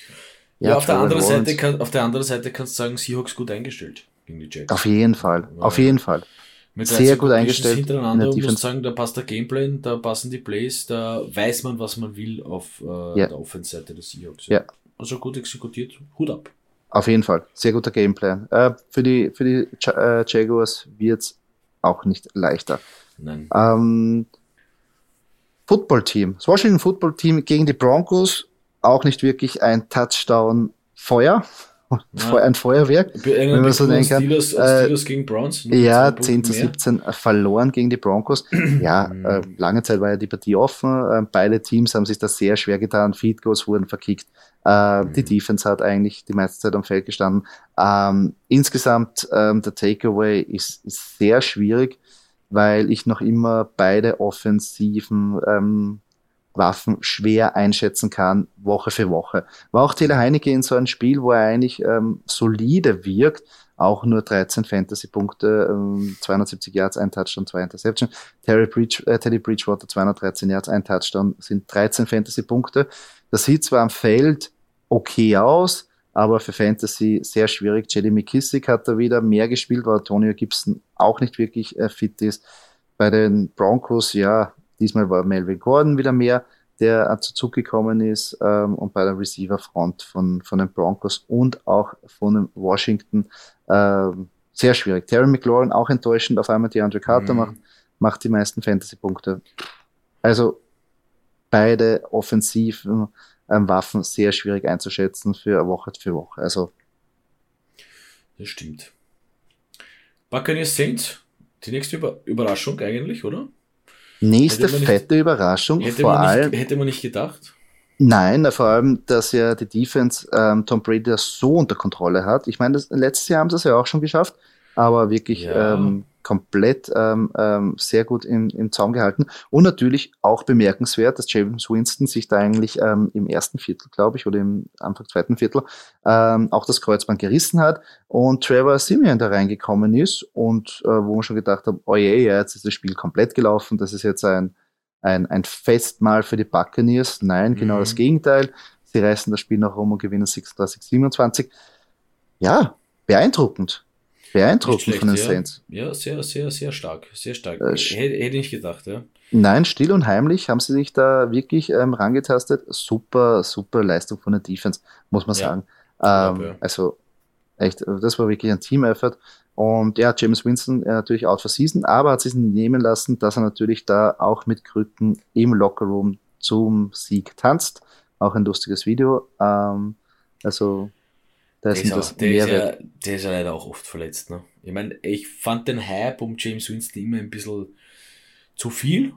Ja, ja, auf der Trevor anderen Lawrence, Seite kann, auf der anderen Seite kannst du sagen, Seahawks gut eingestellt gegen die Jacks. auf jeden Fall, auf Weil jeden Fall. mit Sehr dreizehn gut Completions eingestellt in hintereinander der und muss Defense. sagen, da passt der Gameplan, da passen die Plays, da weiß man, was man will auf äh, Ja. der Offense-Seite des Seahawks. Ja. Also gut exekutiert, Hut ab. Auf jeden Fall. Sehr guter Gameplan. Äh, für die, für die Ja- äh, Jaguars wird's auch nicht leichter. Nein. Ähm, Football-Team. Das Washington Football-Team gegen die Broncos. Auch nicht wirklich ein Touchdown-Feuer. Ja. Ein Feuerwerk. Wenn man so nennen kann. Steelers, Äh, Steelers gegen Browns. nur mit Ja, zwei zehn Punkten zu mehr. siebzehn verloren gegen die Broncos. Ja, Mhm. äh, lange Zeit war ja die Partie offen. Äh, beide Teams haben sich da sehr schwer getan. Field Goals wurden verkickt. Äh, Mhm. Die Defense hat eigentlich die meiste Zeit am Feld gestanden. Ähm, insgesamt, ähm, der Takeaway ist, ist sehr schwierig, weil ich noch immer beide offensiven ähm, Waffen schwer einschätzen kann, Woche für Woche. War auch Taylor Heineke in so einem Spiel, wo er eigentlich ähm, solide wirkt, auch nur dreizehn Fantasy-Punkte, ähm, zweihundertsiebzig Yards, ein Touchdown, zwei Interception. Terry Bridge, äh, Teddy Bridgewater zweihundertdreizehn Yards, ein Touchdown, sind dreizehn Fantasy-Punkte. Das sieht zwar am Feld okay aus, aber für Fantasy sehr schwierig. J D McKissick hat da wieder mehr gespielt, weil Antonio Gibson auch nicht wirklich äh, fit ist. Bei den Broncos, ja, diesmal war Melvin Gordon wieder mehr, der äh, zu Zug gekommen ist, ähm, und bei der Receiver-Front von, von den Broncos und auch von den Washington ähm, sehr schwierig. Terry McLaurin auch enttäuschend, auf einmal DeAndre Carter Mhm. macht, macht die meisten Fantasy-Punkte. Also beide offensiven ähm, Waffen sehr schwierig einzuschätzen für Woche für Woche. Also Das stimmt. Buccaneers Saints, die nächste Über Überraschung eigentlich, oder? nächste Hätte man nicht- fette Überraschung, Hätte vor man, allem nicht, hätte man nicht gedacht. Nein, vor allem, dass ja die Defense ähm, Tom Brady das so unter Kontrolle hat. Ich meine, das, letztes Jahr haben sie es ja auch schon geschafft, aber wirklich Ja. ähm, komplett ähm, ähm, sehr gut im, im Zaum gehalten. Und natürlich auch bemerkenswert, dass James Winston sich da eigentlich ähm, im ersten Viertel, glaube ich, oder im Anfang zweiten Viertel ähm, auch das Kreuzband gerissen hat und Trevor Siemian da reingekommen ist und äh, wo man schon gedacht hat, oh je, ja, jetzt ist das Spiel komplett gelaufen, das ist jetzt ein Ein, ein Festmahl für die Buccaneers. Nein, genau Mhm. das Gegenteil. Sie reißen das Spiel noch rum und gewinnen sechsunddreißig siebenundzwanzig. Ja, beeindruckend. Nicht Beeindruckend schlecht, von den ja. Saints. Ja, sehr, sehr, sehr stark. Sehr stark. Äh, sch- Hätte, hätte ich nicht gedacht, ja. Nein, still und heimlich haben sie sich da wirklich ähm, rangetastet. Super, super Leistung von der Defense, muss man Ja, sagen. glaub, Ähm, ja. Also echt, äh, das war wirklich ein Team-Effort. Und ja, James Winston äh, natürlich out for season, aber hat sich nehmen lassen, dass er natürlich da auch mit Krücken im Lockerroom zum Sieg tanzt. auch ein lustiges Video. Ähm, also da Der ist, sind auch, das der, ist Mehrwert. ja, der ist ja leider auch oft verletzt. Ne? Ich meine, ich fand den Hype um James Winston immer ein bisschen zu viel.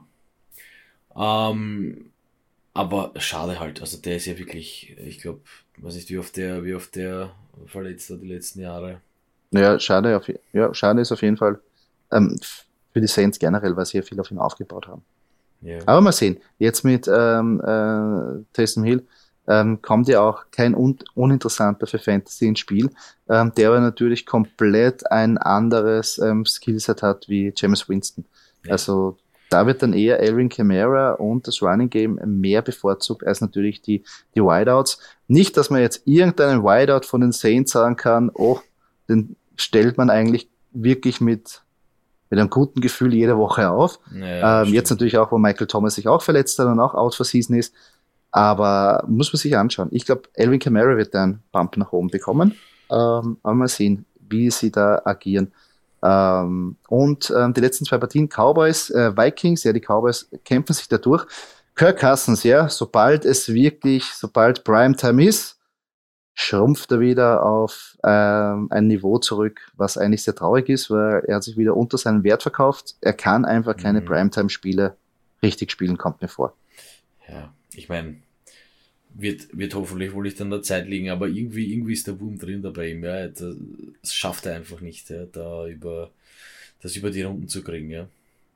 Ähm, aber schade halt. Also der ist ja wirklich, ich glaube, weiß nicht, wie oft der, wie oft der verletzt war die letzten Jahre. Ja, schade, auf, je- ja, schade ist auf jeden Fall ähm, f- für die Saints generell, weil sie ja viel auf ihn aufgebaut haben. Ja. Aber mal sehen, jetzt mit ähm, äh, Taysom Hill ähm, kommt ja auch kein un uninteressanter für Fantasy ins Spiel, ähm, der aber natürlich komplett ein anderes ähm, Skillset hat wie Jameis Winston. Ja. Also da wird dann eher Alvin Kamara und das Running Game mehr bevorzugt als natürlich die, die Wideouts. Nicht, dass man jetzt irgendeinen Wideout von den Saints sagen kann, oh, den stellt man eigentlich wirklich mit mit einem guten Gefühl jede Woche auf. Ja, Ähm, jetzt stimmt. natürlich auch, wo Michael Thomas sich auch verletzt hat und auch out for season ist. Aber muss man sich anschauen. Ich glaube, Alvin Kamara wird da einen Bump nach oben bekommen. Ähm, aber mal sehen, wie sie da agieren. Ähm, und ähm, die letzten zwei Partien, Cowboys, äh, Vikings, ja, die Cowboys kämpfen sich da durch. Kirk Cousins, ja, sobald es wirklich, sobald Primetime ist, schrumpft er wieder auf ähm, ein Niveau zurück, was eigentlich sehr traurig ist, weil er hat sich wieder unter seinen Wert verkauft. Er kann einfach keine Mhm. Primetime-Spiele richtig spielen, kommt mir vor. Ja, ich meine, wird, wird hoffentlich wohl nicht an der Zeit liegen, aber irgendwie, irgendwie ist der Wurm drin dabei ihm. Ja. Das, das schafft er einfach nicht, ja, da über, das über die Runden zu kriegen. Ja.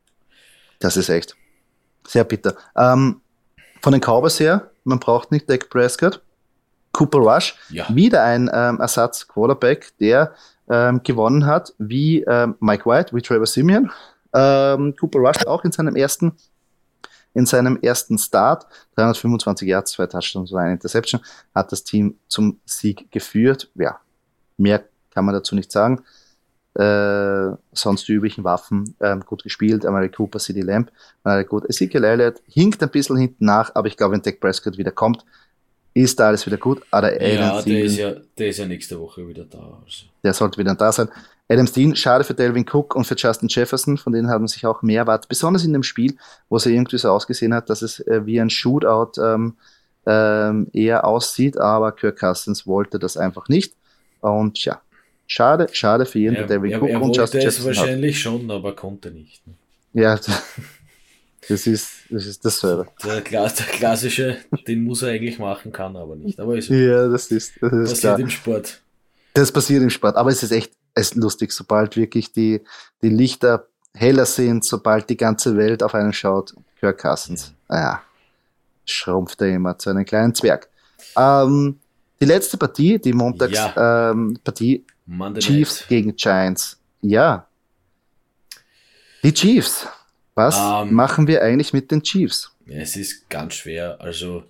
Das ist echt sehr bitter. Ähm, von den Cowboys her, man braucht nicht Dak Prescott. Cooper Rush, Ja. wieder ein ähm, Ersatz-Quarterback, der ähm, gewonnen hat, wie ähm, Mike White, wie Trevor Simeon. Ähm, Cooper Rush auch in seinem ersten in seinem ersten Start, dreihundertfünfundzwanzig Yards, zwei Touchdowns und eine Interception, hat das Team zum Sieg geführt. Ja, mehr kann man dazu nicht sagen. Äh, sonst die üblichen Waffen ähm, gut gespielt. Amari Cooper, C D Lamb, äh, gut. Ezekiel Elliott hinkt ein bisschen hinten nach, aber ich glaube, wenn Dak Prescott wieder kommt, ist da alles wieder gut. Aber Adam Ja, der ist Thielen, ja, der ist ja nächste Woche wieder da. Also. der sollte wieder da sein. Adam Thielen, schade für Delvin Cook und für Justin Jefferson, von denen haben sich auch mehr erwartet, besonders in dem Spiel, wo es ja irgendwie so ausgesehen hat, dass es äh, wie ein Shootout ähm, ähm, eher aussieht, aber Kirk Cousins wollte das einfach nicht. Und ja, schade, schade für jeden, der Er, Delvin er, Cook er und wollte Justin es Jefferson hat. wahrscheinlich schon, aber konnte nicht. Ja, das ist, das ist dasselbe. Der, Kla- der klassische, den muss er eigentlich machen, kann aber nicht. Aber ist okay. Ja, das ist, das ist Passiert klar. im Sport. Das passiert im Sport, aber es ist echt es ist lustig, sobald wirklich die, die Lichter heller sind, sobald die ganze Welt auf einen schaut. Kirk Cousins, naja, schrumpft er immer zu einem kleinen Zwerg. Ähm, die letzte Partie, die Ja, Montagspartie, ähm, Partie Monday Chiefs Night. gegen Giants. Ja, die Chiefs. Was Ähm, machen wir eigentlich mit den Chiefs? es ist ganz schwer. Also,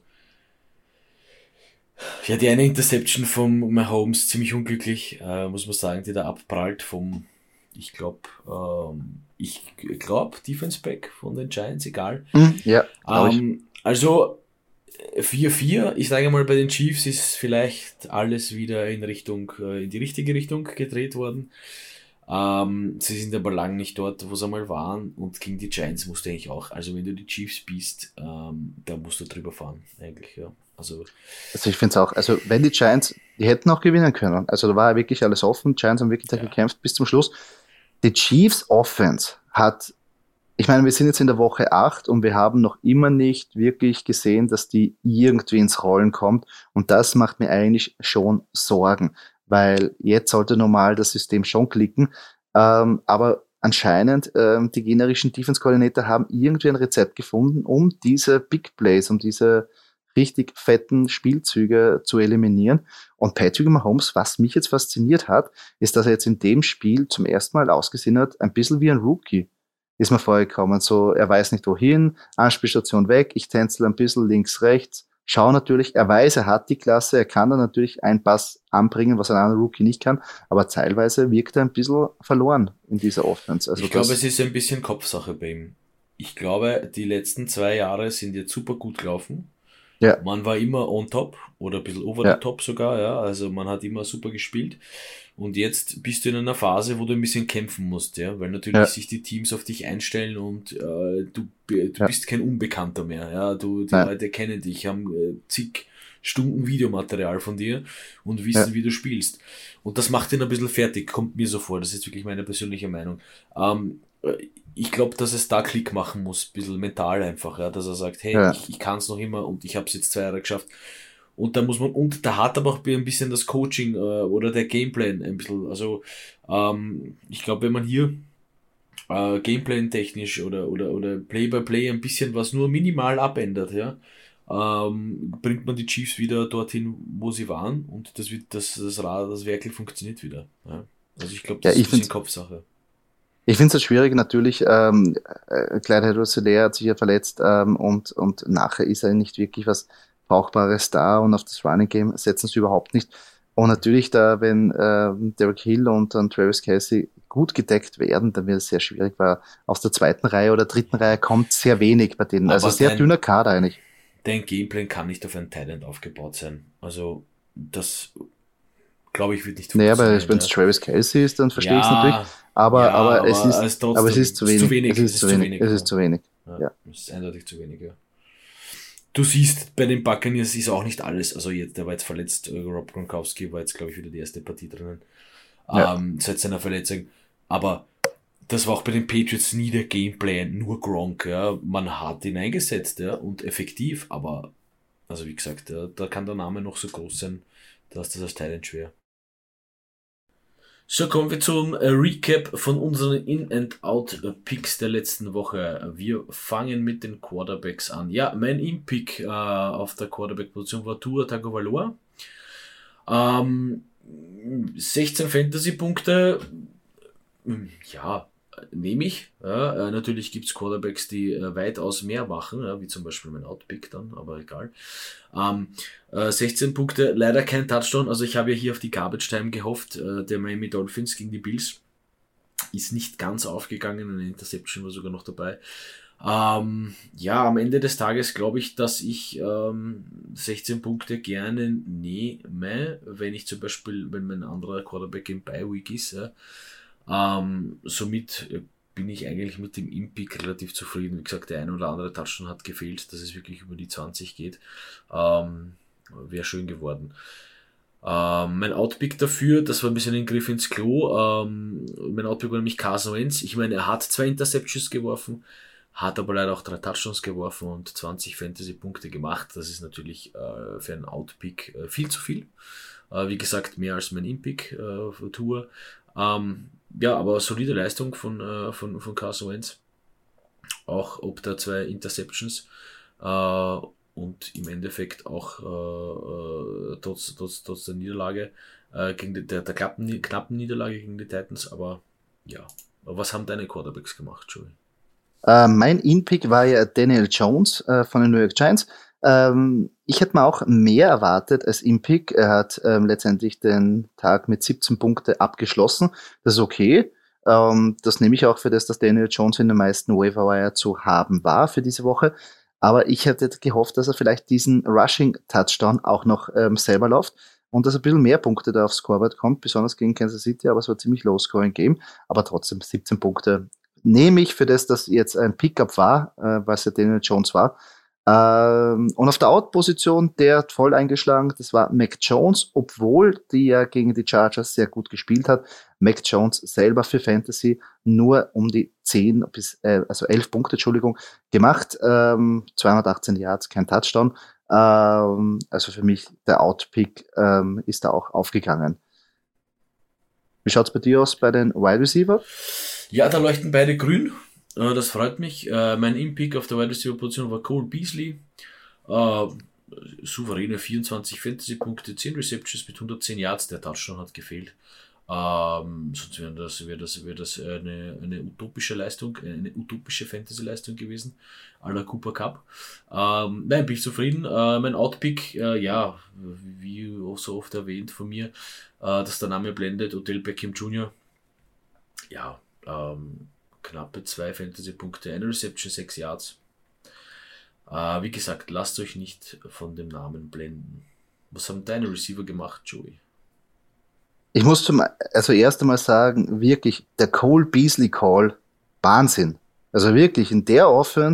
ja, die eine Interception vom Mahomes ziemlich unglücklich, äh, muss man sagen, die da abprallt vom, ich glaube, ähm, ich glaube, Defense Back von den Giants, egal. Hm, ja, glaube ich. Ähm, also, vier vier, ich sage mal, bei den Chiefs ist vielleicht alles wieder in Richtung, äh, in die richtige Richtung gedreht worden. Ähm, sie sind aber lang nicht dort, wo sie einmal waren, und gegen die Giants musst du eigentlich auch, also wenn du die Chiefs bist, ähm, da musst du drüber fahren, eigentlich, ja. Also, Also ich finde es auch, also wenn die Giants, die hätten auch gewinnen können. Also da war ja wirklich alles offen. Giants haben wirklich da ja, gekämpft bis zum Schluss. Die Chiefs Offense hat, ich meine, wir sind jetzt in der Woche acht und wir haben noch immer nicht wirklich gesehen, dass die irgendwie ins Rollen kommt. Und das macht mir eigentlich schon Sorgen, weil jetzt sollte normal das System schon klicken. Ähm, aber anscheinend, ähm, die generischen Defense-Koordinator haben irgendwie ein Rezept gefunden, um diese Big Plays, um diese richtig fetten Spielzüge zu eliminieren. Und Patrick Mahomes, was mich jetzt fasziniert hat, ist, dass er jetzt in dem Spiel zum ersten Mal ausgesehen hat, ein bisschen wie ein Rookie ist mir vorgekommen. So, er weiß nicht wohin, Anspielstation weg, ich tänzel ein bisschen links, rechts, schau natürlich, er weiß, er hat die Klasse, er kann dann natürlich einen Pass anbringen, was ein anderer Rookie nicht kann, aber teilweise wirkt er ein bisschen verloren in dieser Offense. Also ich glaube, das, es ist ein bisschen Kopfsache bei ihm. Ich glaube, die letzten zwei Jahre sind jetzt super gut gelaufen. ja, Man war immer on top oder ein bisschen over the ja, top sogar, ja. Also man hat immer super gespielt. Und jetzt bist du in einer Phase, wo du ein bisschen kämpfen musst, ja, weil natürlich ja, sich die Teams auf dich einstellen und äh, du, du ja, bist kein Unbekannter mehr, ja. Du, die nein, Leute kennen dich, haben äh, zig Stunden Videomaterial von dir und wissen, Ja. wie du spielst. Und das macht ihn ein bisschen fertig, kommt mir so vor. Das ist wirklich meine persönliche Meinung. Ähm, ich glaube, dass es da Klick machen muss, ein bisschen mental einfach, ja, dass er sagt, hey, Ja. ich, ich kann es noch immer und ich habe es jetzt zwei Jahre geschafft. Und da muss man, und da hat aber auch ein bisschen das Coaching äh, oder der Gameplan ein bisschen, also ähm, ich glaube, wenn man hier äh, Gameplan-technisch oder, oder, oder Play-by-Play ein bisschen was nur minimal abändert, ja, ähm, bringt man die Chiefs wieder dorthin, wo sie waren und das wird, das, das Rad, das Werkel funktioniert wieder. Ja. Also ich glaube, Ja, das ist ich ein bisschen finde Kopfsache. Ich finde es halt schwierig, natürlich, ähm, äh, Clyde Edwards-Helaire hat sich ja verletzt ähm, und, und nachher ist er nicht wirklich was Brauchbares da und auf das Running Game setzen sie überhaupt nicht. Und natürlich da, wenn ähm, Derek Hill und dann Travis Kelce gut gedeckt werden, dann wird es sehr schwierig, weil aus der zweiten Reihe oder dritten Reihe kommt sehr wenig bei denen. Also Aber sehr dein, dünner Kader eigentlich. dein Gameplan kann nicht auf ein Talent aufgebaut sein. Also das, glaube ich, wird nicht Naja, aber funktionieren. wenn es Ja, Travis Kelce ist, dann verstehe ich es natürlich. ja, Aber, ja, aber es aber ist, es aber es ist trotzdem, zu es ist zu wenig. Es wenig, es ist ist zu zu wenig. wenig. Es ist Ja. zu wenig. Ja, Ja. es ist eindeutig zu wenig, ja. Du siehst, bei den Buccaneers ist auch nicht alles, also jetzt, der war jetzt verletzt, äh, Rob Gronkowski war jetzt, glaube ich, wieder die erste Partie drinnen, Ja. ähm, seit seiner Verletzung, aber das war auch bei den Patriots nie der Gameplan, nur Gronk, ja, man hat ihn eingesetzt, ja, und effektiv, aber, also wie gesagt, ja, da kann der Name noch so groß sein, da ist das als Talent schwer. So, kommen wir zum äh, Recap von unseren In-and-Out-Picks der letzten Woche. Wir fangen mit den Quarterbacks an. Ja, mein In-Pick äh, auf der Quarterback-Position war Tua Tagovailoa. Ähm, sechzehn Fantasy-Punkte, ja, nehme ich. Ja, äh, natürlich gibt's Quarterbacks, die äh, weitaus mehr machen, ja, wie zum Beispiel mein Outpick dann, aber egal. Ähm, äh, sechzehn Punkte, leider kein Touchdown. Also ich habe ja hier auf die Garbage Time gehofft. Äh, der Miami Dolphins gegen die Bills ist nicht ganz aufgegangen. Eine Interception war sogar noch dabei. Ähm, ja, am Ende des Tages glaube ich, dass ich ähm, sechzehn Punkte gerne nehme, wenn ich zum Beispiel, wenn mein anderer Quarterback im Bye-Week ist. Ja. Ähm, somit bin ich eigentlich mit dem In-Pick relativ zufrieden. Wie gesagt, der ein oder andere Touchdown hat gefehlt, dass es wirklich über die zwanzig geht. Ähm, Wäre schön geworden. Ähm, mein Outpick dafür, das war ein bisschen ein Griff ins Klo. Ähm, mein Outpick war nämlich Carson Wentz. Ich meine, er hat zwei Interceptions geworfen, hat aber leider auch drei Touchdowns geworfen und zwanzig Fantasy-Punkte gemacht. Das ist natürlich äh, für einen Outpick äh, viel zu viel. Äh, wie gesagt, mehr als mein In-Pick äh, für Tour. Ähm, ja, aber solide Leistung von, äh, von, von Carson Wentz. Auch ob da zwei Interceptions äh, und im Endeffekt auch äh, trotz, trotz, trotz der Niederlage, äh, gegen die, der, der knappen, knappen Niederlage gegen die Titans. Aber ja, was haben deine Quarterbacks gemacht, Joey? Äh, mein In-Pick war ja Daniel Jones äh, von den New York Giants. Ähm, ich hätte mir auch mehr erwartet als In-Pick. Er hat ähm, letztendlich den Tag mit siebzehn Punkte abgeschlossen. Das ist okay. Ähm, das nehme ich auch für das, dass Daniel Jones in den meisten Waiver-Wire zu haben war für diese Woche. Aber ich hätte gehofft, dass er vielleicht diesen Rushing-Touchdown auch noch ähm, selber läuft und dass ein bisschen mehr Punkte da aufs Scoreboard kommt, besonders gegen Kansas City, aber es war ein ziemlich low-scoring-Game. Aber trotzdem siebzehn Punkte nehme ich für das, dass jetzt ein Pickup war, äh, was ja Daniel Jones war. Ähm, und auf der Out-Position, der hat voll eingeschlagen, das war Mac Jones, obwohl die ja gegen die Chargers sehr gut gespielt hat. Mac Jones selber für Fantasy nur um die zehn bis, äh, also elf Punkte, Entschuldigung, gemacht, ähm, zweihundertachtzehn Yards, kein Touchdown. Ähm, also für mich der Out-Pick ähm, ist da auch aufgegangen. Wie schaut's bei dir aus bei den Wide Receiver? Ja, da leuchten beide grün. Äh, das freut mich. Äh, mein In-Pick auf der Wide Receiver Position war Cole Beasley. Äh, souveräne vierundzwanzig Fantasy-Punkte, zehn Receptions mit hundertzehn Yards. Der Touchdown hat gefehlt. Ähm, sonst wäre das, wäre das, wäre das eine, eine utopische Leistung, eine utopische Fantasy-Leistung gewesen, à la Cooper Cup. Ähm, nein, bin ich zufrieden. Äh, mein Outpick, äh, ja, wie auch so oft erwähnt von mir, äh, dass der Name blendet, Odell Beckham Junior Ja, ähm, knappe zwei Fantasy-Punkte, eine Reception, sechs Yards. Äh, wie gesagt, lasst euch nicht von dem Namen blenden. Was haben deine Receiver gemacht, Joey? Ich muss zum, also erst einmal sagen, wirklich, der Cole Beasley Call, Wahnsinn. Also wirklich, in der Offense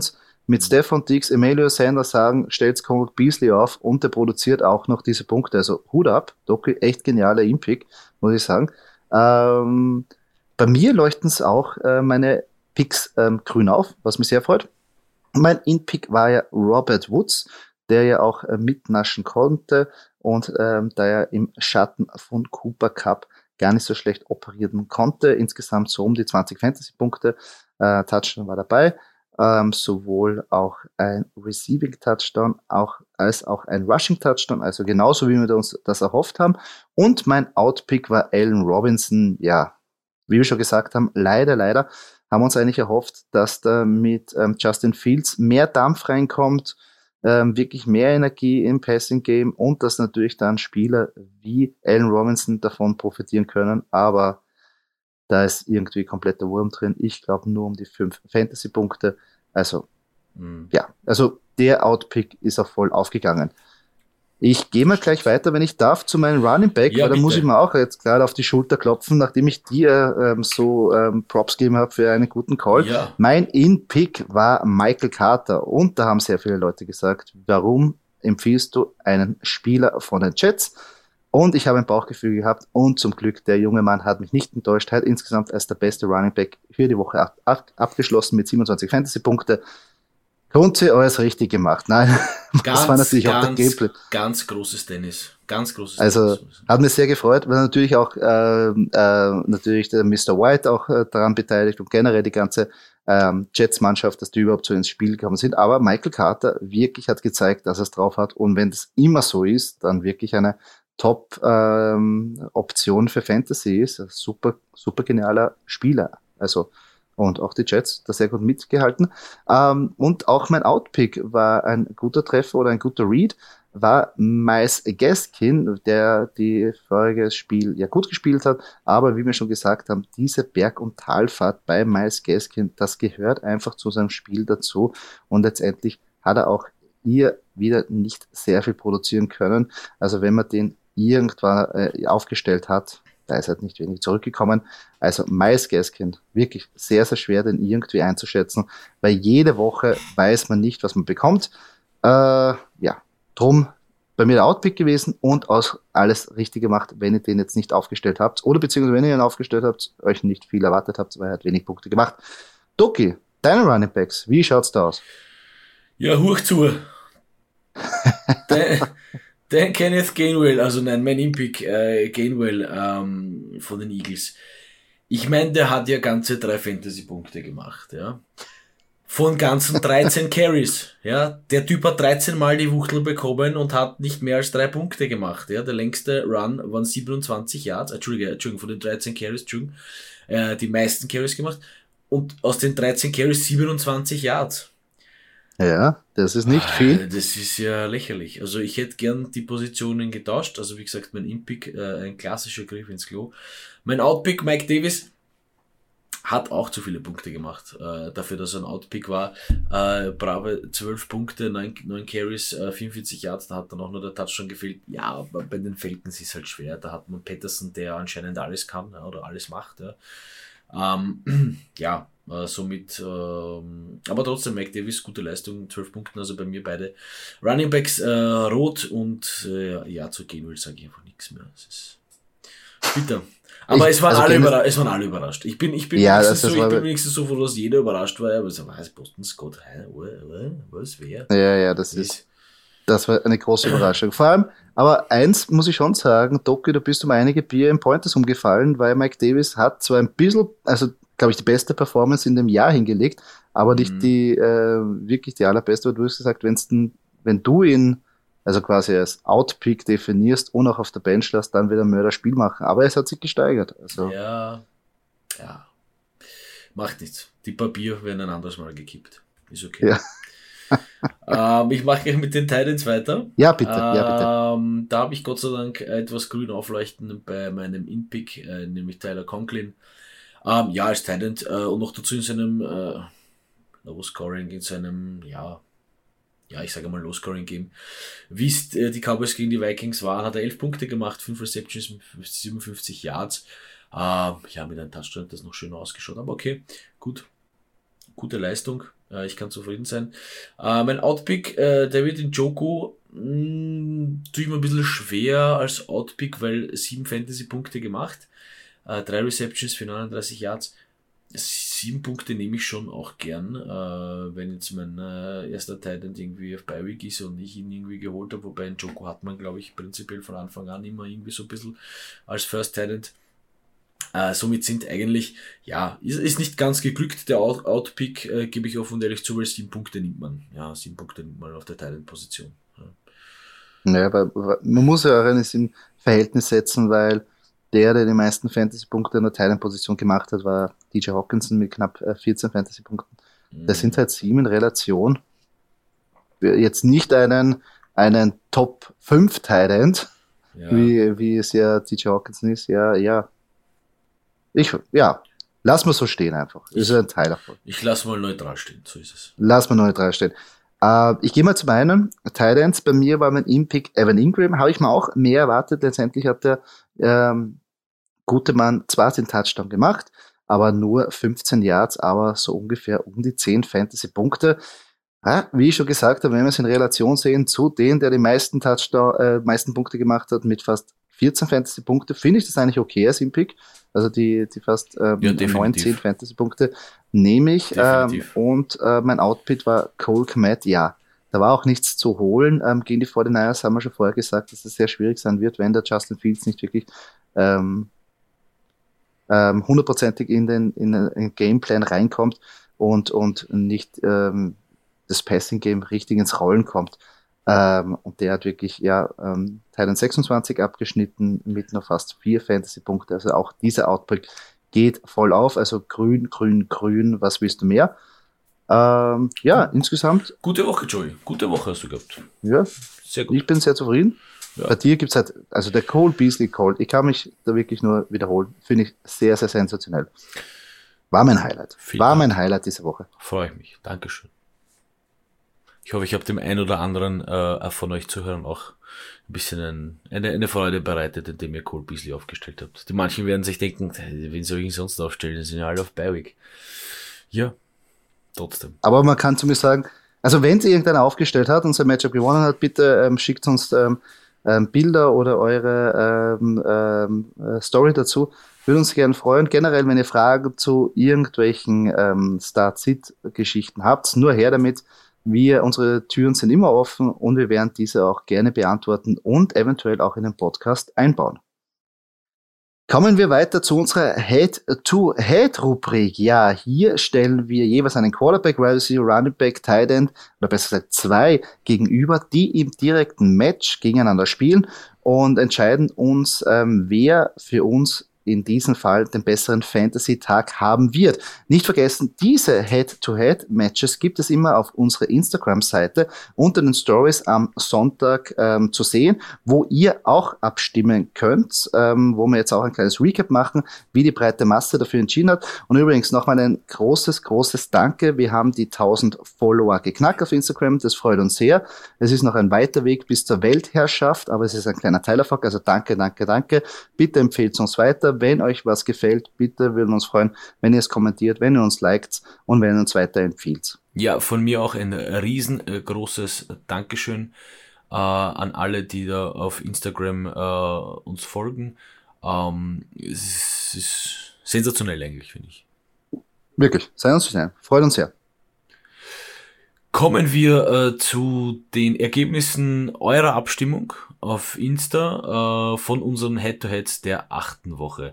mit Stephon Diggs, Emmanuel Sanders sagen, stellt Cole Beasley auf und der produziert auch noch diese Punkte. Also Hut ab, Doki, echt genialer In-Pick, muss ich sagen. Ähm, bei mir leuchten es auch äh, meine Picks ähm, grün auf, was mich sehr freut. Mein In-Pick war ja Robert Woods, der ja auch äh, mitnaschen konnte und ähm, da er im Schatten von Cooper Kupp gar nicht so schlecht operieren konnte. Insgesamt so um die zwanzig Fantasy-Punkte. Äh, Touchdown war dabei. Ähm, sowohl auch ein Receiving Touchdown auch, als auch ein Rushing Touchdown, also genauso wie wir uns das erhofft haben. Und mein Outpick war Allen Robinson. Ja, wie wir schon gesagt haben, leider, leider haben wir uns eigentlich erhofft, dass da mit ähm, Justin Fields mehr Dampf reinkommt, ähm, wirklich mehr Energie im Passing Game und dass natürlich dann Spieler wie Allen Robinson davon profitieren können, aber da ist irgendwie kompletter Wurm drin. Ich glaube nur um die fünf Fantasy-Punkte. Also, mhm. ja, also der Outpick ist auch voll aufgegangen. Ich gehe mal gleich weiter, wenn ich darf, zu meinem Running Back, ja, weil da muss ich mir auch jetzt gerade auf die Schulter klopfen, nachdem ich dir ähm, so ähm, Props gegeben habe für einen guten Call. Ja. Mein In-Pick war Michael Carter und da haben sehr viele Leute gesagt, warum empfiehlst du einen Spieler von den Jets? Und ich habe ein Bauchgefühl gehabt und zum Glück, der junge Mann hat mich nicht enttäuscht, hat insgesamt als der beste Running Back für die Woche ab, ab, abgeschlossen mit siebenundzwanzig Fantasy-Punkte. Grunde alles richtig gemacht. Nein, ganz, das war natürlich ganz, auch der Gameplay. Ganz großes Tennis. Ganz großes also, Tennis. Hat mich sehr gefreut, weil natürlich auch äh, äh, natürlich der Mister White auch äh, daran beteiligt und generell die ganze ähm, Jets-Mannschaft, dass die überhaupt so ins Spiel gekommen sind. Aber Michael Carter wirklich hat gezeigt, dass er es drauf hat. Und wenn das immer so ist, dann wirklich eine Top-Option ähm, für Fantasy ist. Ein super, super genialer Spieler. Also, und auch die Jets da sehr gut mitgehalten. Ähm, und auch mein Outpick war ein guter Treffer oder ein guter Read, war Miles Gaskin, der die vorige Spiel ja gut gespielt hat, aber wie wir schon gesagt haben, diese Berg- und Talfahrt bei Miles Gaskin, das gehört einfach zu seinem Spiel dazu und letztendlich hat er auch hier wieder nicht sehr viel produzieren können. Also wenn man den irgendwann äh, aufgestellt hat, da ist halt nicht wenig zurückgekommen. Also Miles Gaskin, wirklich sehr, sehr schwer, den irgendwie einzuschätzen, weil jede Woche weiß man nicht, was man bekommt. Äh, ja, drum bei mir der Outpick gewesen und aus alles richtig gemacht, wenn ihr den jetzt nicht aufgestellt habt oder beziehungsweise wenn ihr ihn aufgestellt habt, euch nicht viel erwartet habt, weil er hat wenig Punkte gemacht. Doki, deine Running Backs, wie schaut's da aus? Ja, hoch zu. der, der Kenneth Gainwell, also nein, mein Impick äh, Gainwell ähm, von den Eagles. Ich meine, der hat ja ganze drei Fantasy-Punkte gemacht, ja. Von ganzen dreizehn Carries, ja. Der Typ hat dreizehn Mal die Wuchtel bekommen und hat nicht mehr als drei Punkte gemacht, ja. Der längste Run waren siebenundzwanzig Yards, Entschuldigung, Entschuldigung, von den dreizehn Carries, Entschuldigung, äh, die meisten Carries gemacht und aus den dreizehn Carries siebenundzwanzig Yards. Ja, das ist nicht viel. Das ist ja lächerlich. Also ich hätte gern die Positionen getauscht. Also wie gesagt, mein In-Pick, äh, ein klassischer Griff ins Klo. Mein Outpick, Mike Davis, hat auch zu viele Punkte gemacht. Äh, dafür, dass er ein Outpick war. Äh, brave zwölf Punkte, neun Carries, äh, vierundvierzig Yards, da hat dann auch nur der Touchdown gefehlt. Ja, aber bei den Falcons ist es halt schwer. Da hat man Patterson, der anscheinend alles kann, ja, oder alles macht. Ja. Ähm, ja, äh, somit, ähm, aber trotzdem, Mike Davis, gute Leistung, zwölf Punkte, also bei mir beide Running Backs äh, rot und äh, ja, zu Gainwell sage ich einfach nichts mehr. Es ist bitter. Aber ich, es, waren also alle überra- es waren alle überrascht. Ich bin, ich bin, ja, wenigstens, so, ich bin wenigstens so froh, dass jeder überrascht war. Aber so, was, Boston Scott, was, wer? Ja, ja, das ist, ist das war eine große Überraschung. Vor allem, aber eins muss ich schon sagen, Doki, du bist um einige Bier im Pointers umgefallen, weil Mike Davis hat zwar ein bisschen, also glaube ich, die beste Performance in dem Jahr hingelegt, aber nicht mhm. die, äh, wirklich die allerbeste, weil du hast gesagt, wenn's den, wenn du ihn also quasi als Outpick definierst und auch auf der Bench lässt, dann wieder ein Mörderspiel machen. Aber es hat sich gesteigert. Also. Ja, ja. Macht nichts. Die Papier werden ein anderes Mal gekippt. Ist okay. Ja. ähm, ich mache gleich mit den Titans weiter. Ja, bitte. Ja, ähm, bitte. Da habe ich Gott sei Dank etwas grün aufleuchten bei meinem In-Pick, äh, nämlich Tyler Conklin. Ähm, ja, als Titan äh, und noch dazu in seinem äh, Low-Scoring, in seinem, ja, ja, ich sage mal Low-Scoring-Game. Wie es äh, die Cowboys gegen die Vikings waren, hat er elf Punkte gemacht, fünf Receptions, siebenundfünfzig Yards. Ähm, ja, mit einem Touchdown hat das noch schön ausgeschaut, aber okay, gut. Gute Leistung. Äh, ich kann zufrieden sein. Äh, mein Outpick, äh, David Njoku, mh, tue ich mir ein bisschen schwer als Outpick, weil sieben Fantasy-Punkte gemacht, äh, drei Receptions für neununddreißig Yards. Sieben Punkte nehme ich schon auch gern, äh, wenn jetzt mein äh, erster Titan irgendwie auf Bi-Week ist und ich ihn irgendwie geholt habe, wobei Njoku hat man, glaube ich, prinzipiell von Anfang an immer irgendwie so ein bisschen als First Titan. Äh, somit sind eigentlich, ja, ist, ist nicht ganz geglückt, der Out- Outpick, äh, gebe ich offen und ehrlich zu, weil sieben Punkte nimmt man. Ja, sieben Punkte nimmt man auf der Titan-Position. Ja. Naja, aber aber man muss ja auch eines in Verhältnis setzen, weil der, der die meisten Fantasy-Punkte in der Titan-Position gemacht hat, war D J Hawkinson mit knapp äh, vierzehn Fantasy-Punkten. Das sind halt sieben in Relation. Jetzt nicht einen, einen Top fünf Titan, Ja. wie, wie es ja D J Hawkinson ist. Ja, ja. Ich, ja. Lass mal so stehen einfach. Das ist ein Teil davon. Ich lasse mal neutral stehen, so ist es. Lass mal neutral stehen. Äh, ich gehe mal zu meinem Titans. Bei mir war mein In-Pick Evan Ingram. Habe ich mir auch mehr erwartet. Letztendlich hat der ähm, gute Mann zwar den Touchdown gemacht, aber nur fünfzehn Yards, aber so ungefähr um die zehn Fantasy-Punkte. Ja, wie ich schon gesagt habe, wenn wir es in Relation sehen zu dem, der die meisten Touchdown, äh, meisten Punkte gemacht hat, mit fast vierzehn Fantasy-Punkte, finde ich das eigentlich okay als Im-Pick. Also die, die fast ähm, Ja, definitiv. neun, zehn Fantasy-Punkte nehme ich. Ähm, Definitiv. und äh, mein Outpit war Cole Kmet. Ja, da war auch nichts zu holen. Ähm, gegen die forty-niners haben wir schon vorher gesagt, dass es sehr schwierig sein wird, wenn der Justin Fields nicht wirklich ähm, ähm, hundertprozentig in den, in den Gameplan reinkommt und, und nicht ähm, das Passing-Game richtig ins Rollen kommt. Ähm, und der hat wirklich, ja, ähm, Titan sechsundzwanzig abgeschnitten mit nur fast vier Fantasy-Punkte. Also auch dieser Output geht voll auf. Also grün, grün, grün, was willst du mehr? Ähm, ja, insgesamt. Gute Woche, Joey. Gute Woche hast du gehabt. Ja, Sehr gut. ich bin sehr zufrieden. Ja. Bei dir gibt's halt, also der Cole Beasley Cole, ich kann mich da wirklich nur wiederholen, finde ich sehr, sehr sensationell. War mein Highlight. Vielen War Dank. mein Highlight diese Woche. Freue ich mich. Dankeschön. Ich hoffe, ich habe dem einen oder anderen äh, von euch Zuhörern auch ein bisschen ein, eine, eine Freude bereitet, indem ihr Cole Beasley aufgestellt habt. Die manchen werden sich denken, wen soll ich ihn sonst aufstellen? Die sind ja alle auf Bi-Week. Ja, trotzdem. Aber man kann zumindest sagen, also wenn es irgendeiner aufgestellt hat und sein Matchup gewonnen hat, bitte ähm, schickt uns ähm, ähm, Bilder oder eure ähm, ähm, äh, Story dazu. Würde uns gerne freuen. Generell, wenn ihr Fragen zu irgendwelchen ähm, Start-Sit-Geschichten habt, nur her damit. Wir, unsere Türen sind immer offen und wir werden diese auch gerne beantworten und eventuell auch in den Podcast einbauen. Kommen wir weiter zu unserer Head-to-Head-Rubrik. Ja, hier stellen wir jeweils einen Quarterback, Wide Receiver, Running Back, Tight End, oder besser gesagt zwei gegenüber, die im direkten Match gegeneinander spielen und entscheiden uns, ähm, wer für uns in diesem Fall den besseren Fantasy-Tag haben wird. Nicht vergessen, diese Head-to-Head-Matches gibt es immer auf unserer Instagram-Seite unter den Stories am Sonntag ähm, zu sehen, wo ihr auch abstimmen könnt, ähm, wo wir jetzt auch ein kleines Recap machen, wie die breite Masse dafür entschieden hat. Und übrigens nochmal ein großes, großes Danke. Wir haben die tausend Follower geknackt auf Instagram. Das freut uns sehr. Es ist noch ein weiter Weg bis zur Weltherrschaft, aber es ist ein kleiner Teilerfolg. Also danke, danke, danke. Bitte empfehlt es uns weiter. Wenn euch was gefällt, bitte würden uns freuen, wenn ihr es kommentiert, wenn ihr uns liked und wenn ihr uns weiterempfiehlt. Ja, von mir auch ein riesengroßes Dankeschön äh, an alle, die da auf Instagram äh, uns folgen. Ähm, es ist sensationell eigentlich, finde ich. Wirklich, sei uns zu sein. Freut uns sehr. Kommen wir äh, zu den Ergebnissen eurer Abstimmung auf Insta äh, von unseren Head-to-Heads der achten Woche.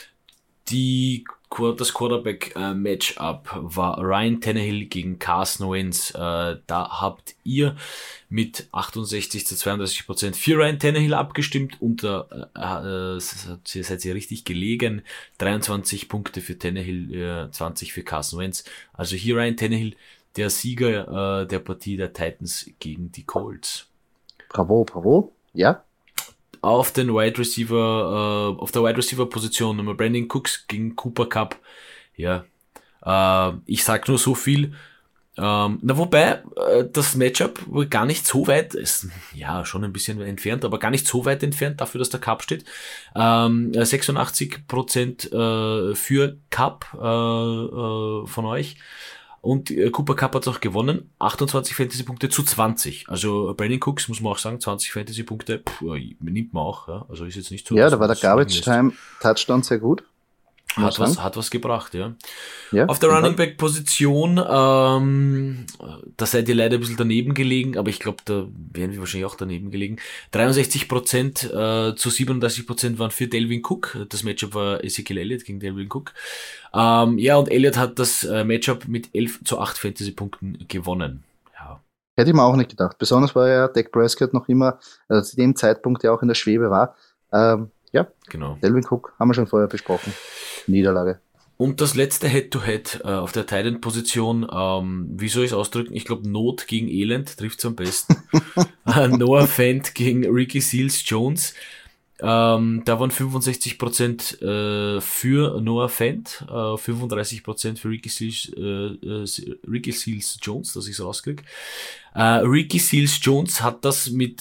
Die, das Quarterback-Matchup äh, war Ryan Tannehill gegen Carson Wentz. Äh, da habt ihr mit achtundsechzig zu zweiunddreißig Prozent für Ryan Tannehill abgestimmt. Unter äh, äh, seid ihr richtig gelegen. dreiundzwanzig Punkte für Tannehill, äh, zwanzig für Carson Wentz. Also hier Ryan Tannehill, der Sieger äh, der Partie der Titans gegen die Colts. Bravo, bravo. Ja. Auf den Wide Receiver, äh, auf der Wide Receiver Position Nummer Brandon Cooks gegen Cooper Kupp. Ja, äh, ich sag nur so viel. Ähm, na wobei äh, das Matchup gar nicht so weit ist, ja schon ein bisschen entfernt, aber gar nicht so weit entfernt dafür, dass der Kupp steht. Ähm, sechsundachtzig Prozent äh, für Kupp äh, äh, von euch. Und äh, Cooper Kupp hat es auch gewonnen, achtundzwanzig Fantasy-Punkte zu zwanzig. Also Brandon Cooks, muss man auch sagen, zwanzig Fantasy-Punkte, pff, nimmt man auch. Ja? Also ist jetzt nicht so, Ja, dass da man war der das liegen Garbage lässt. Time Touchdown sehr gut. muss Hat man was, sagen. hat was gebracht, ja. Ja, Auf der auf jeden Running Fall. Back Position, ähm, da seid ihr leider ein bisschen daneben gelegen, aber ich glaube, da wären wir wahrscheinlich auch daneben gelegen. dreiundsechzig Prozent äh, zu siebenunddreißig Prozent waren für Delvin Cook. Das Matchup war Ezekiel Elliott gegen Delvin Cook. Ähm, ja, und Elliott hat das äh, Matchup mit elf zu acht Fantasy-Punkten gewonnen. Ja, Hätte ich mir auch nicht gedacht. Besonders weil ja Dak Prescott noch immer, also zu dem Zeitpunkt ja auch in der Schwebe war. Ähm, ja, genau. Delvin Cook haben wir schon vorher besprochen. Niederlage. Und das letzte Head-to-Head äh, auf der Tight End-Position, ähm, wie soll ich es ausdrücken? Ich glaube, Not gegen Elend trifft es am besten. Äh, Noah Fant gegen Ricky Seals-Jones. Ähm, da waren fünfundsechzig Prozent äh, für Noah Fant, äh, fünfunddreißig Prozent für Ricky Seals, äh, äh, Ricky Seals-Jones, dass ich es rauskriege. Äh, Ricky Seals-Jones hat das mit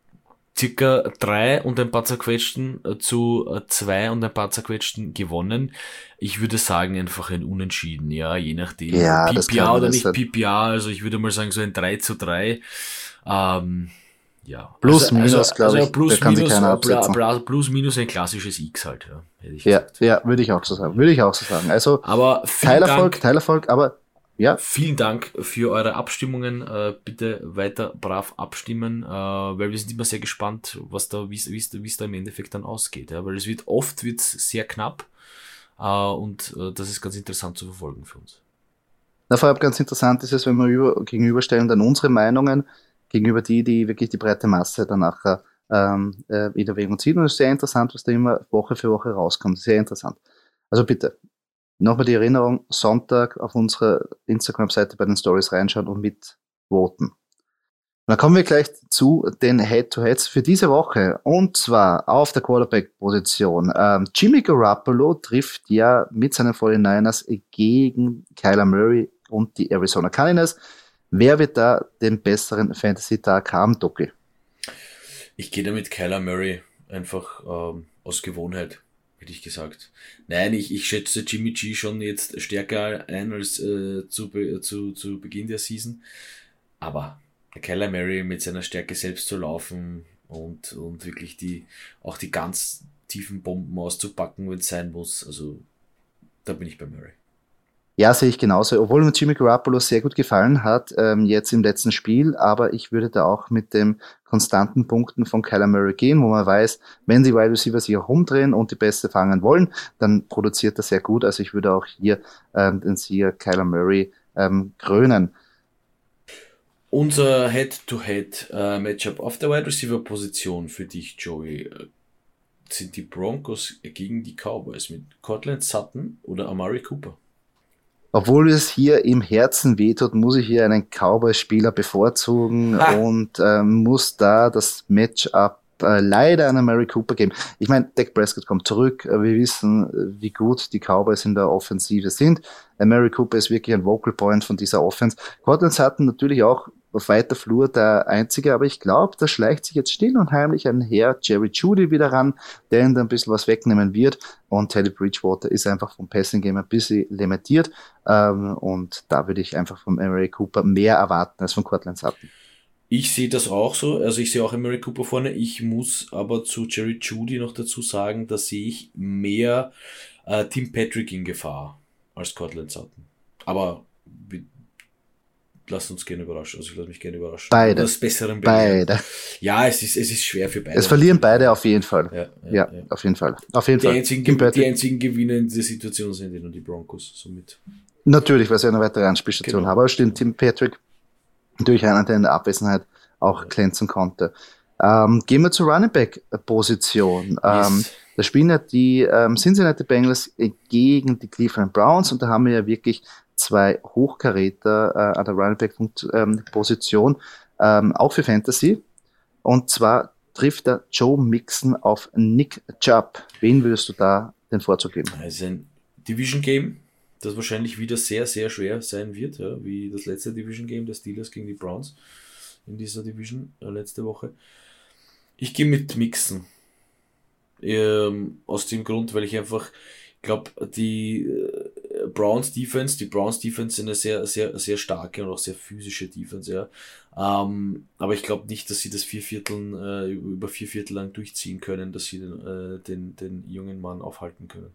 circa drei und ein paar zerquetschten äh, zu äh, zwei und ein paar zerquetschten gewonnen. Ich würde sagen, einfach ein Unentschieden, ja, je nachdem. Ja, das kann P P A oder alles nicht sein. P P A, also ich würde mal sagen, so ein drei zu drei. Ähm, ja. Plus, Also, also, minus, glaube also ich, da plus, kann sich minus, keiner äh, bla, absetzen. bla, plus, minus ein klassisches X halt, ja, hätte ich Ja, gesagt. ja, würde ich auch so sagen. Würde ich auch so sagen. Also Aber vielen Teilerfolg, Dank. Teilerfolg, aber ja, Vielen Dank für eure Abstimmungen. Äh, bitte weiter brav abstimmen, äh, weil wir sind immer sehr gespannt, was da, wie es da im Endeffekt dann ausgeht. Ja? Weil es wird oft wird's sehr knapp äh, und äh, das ist ganz interessant zu verfolgen für uns. na, vor allem ganz interessant ist es, wenn wir über, gegenüberstellen dann unsere Meinungen gegenüber die, die wirklich die breite Masse dann nachher ähm, äh, in Erwägung zieht. Und es ist sehr interessant, was da immer Woche für Woche rauskommt. Sehr interessant. Also bitte, nochmal die Erinnerung, Sonntag auf unserer Instagram-Seite bei den Stories reinschauen und mitvoten. Und dann kommen wir gleich zu den Head-to-Heads für diese Woche. Und zwar auf der Quarterback-Position. Ähm, Jimmy Garoppolo trifft ja mit seinen forty-niners gegen Kyler Murray und die Arizona Cardinals. Wer wird da den besseren Fantasy-Tag haben, Doki? Ich gehe da mit Kyler Murray einfach ähm, aus Gewohnheit, hätte ich gesagt. Nein, ich, ich schätze Jimmy G schon jetzt stärker ein als äh, zu, be- zu, zu Beginn der Season. Aber der Kyler Murray mit seiner Stärke selbst zu laufen und, und wirklich die, auch die ganz tiefen Bomben auszupacken, wenn es sein muss, also da bin ich bei Murray. Ja, sehe ich genauso. Obwohl mir Jimmy Garoppolo sehr gut gefallen hat, ähm, jetzt im letzten Spiel, aber ich würde da auch mit dem konstanten Punkten von Kyler Murray gehen, wo man weiß, wenn die Wide Receiver sich auch umdrehen und die Beste fangen wollen, dann produziert er sehr gut. Also ich würde auch hier ähm, den Sieger Kyler Murray ähm, krönen. Unser Head-to-Head-Matchup auf der Wide Receiver Position für dich, Joey, äh, sind die Broncos gegen die Cowboys mit Cortland Sutton oder Amari Cooper? Obwohl es hier im Herzen wehtut, muss ich hier einen Cowboy-Spieler bevorzugen Ha! und ähm, muss da das Matchup äh, leider an Mary Cooper geben. Ich meine, Dak Prescott kommt zurück. Äh, Wir wissen, äh, wie gut die Cowboys in der Offensive sind. Äh, Mary Cooper ist wirklich ein Vocal Point von dieser Offense. Cortland Sutton natürlich auch auf weiter Flur der Einzige, aber ich glaube, da schleicht sich jetzt still und heimlich ein Herr Jerry Jeudy wieder ran, der ihm da ein bisschen was wegnehmen wird. Und Teddy Bridgewater ist einfach vom Passing Game ein bisschen limitiert. Ähm, und da würde ich einfach von Mary Cooper mehr erwarten als von Cortland Sutton. Ich sehe das auch so, also ich sehe auch Amari Cooper vorne. Ich muss aber zu Jerry Jeudy noch dazu sagen, da sehe ich mehr äh, Tim Patrick in Gefahr als Cortland Sutton. Aber wir, lasst uns gerne überraschen, also ich lasse mich gerne überraschen. Oder Beide. das Besseren belehren. Beide. Ja, es ist, es ist schwer für beide. Es verlieren beide auf jeden Fall. Ja, ja, Ja, ja. auf jeden Fall. Auf jeden Die Fall. einzigen, Tim Ge- die Patrick, einzigen Gewinner in dieser Situation sind ja nur die Broncos. Somit. natürlich, weil sie eine weitere Anspielstation Genau. haben. Aber stimmt, Tim Patrick, natürlich einer, der in der Abwesenheit auch Ja. glänzen konnte. Ähm, gehen wir zur Running Back Position. Ähm, Yes. da spielen ja die ähm, Cincinnati Bengals gegen die Cleveland Browns und da haben wir ja wirklich zwei Hochkaräter äh, an der Running Back ähm, Position, ähm, auch für Fantasy. Und zwar trifft da Joe Mixon auf Nick Chubb. Wen würdest du da den Vorzug geben? Also ein Division Game, das wahrscheinlich wieder sehr, sehr schwer sein wird, ja, wie das letzte Division Game der Steelers gegen die Browns in dieser Division äh, letzte Woche. Ich gehe mit Mixen. Ähm, aus dem Grund, weil ich einfach glaube, die äh, Browns Defense. Die Browns Defense sind eine sehr, sehr, sehr starke und auch sehr physische Defense, ja. Ähm, aber ich glaube nicht, dass sie das vier Vierteln, äh, über vier Viertel lang durchziehen können, dass sie den, äh, den, den jungen Mann aufhalten können.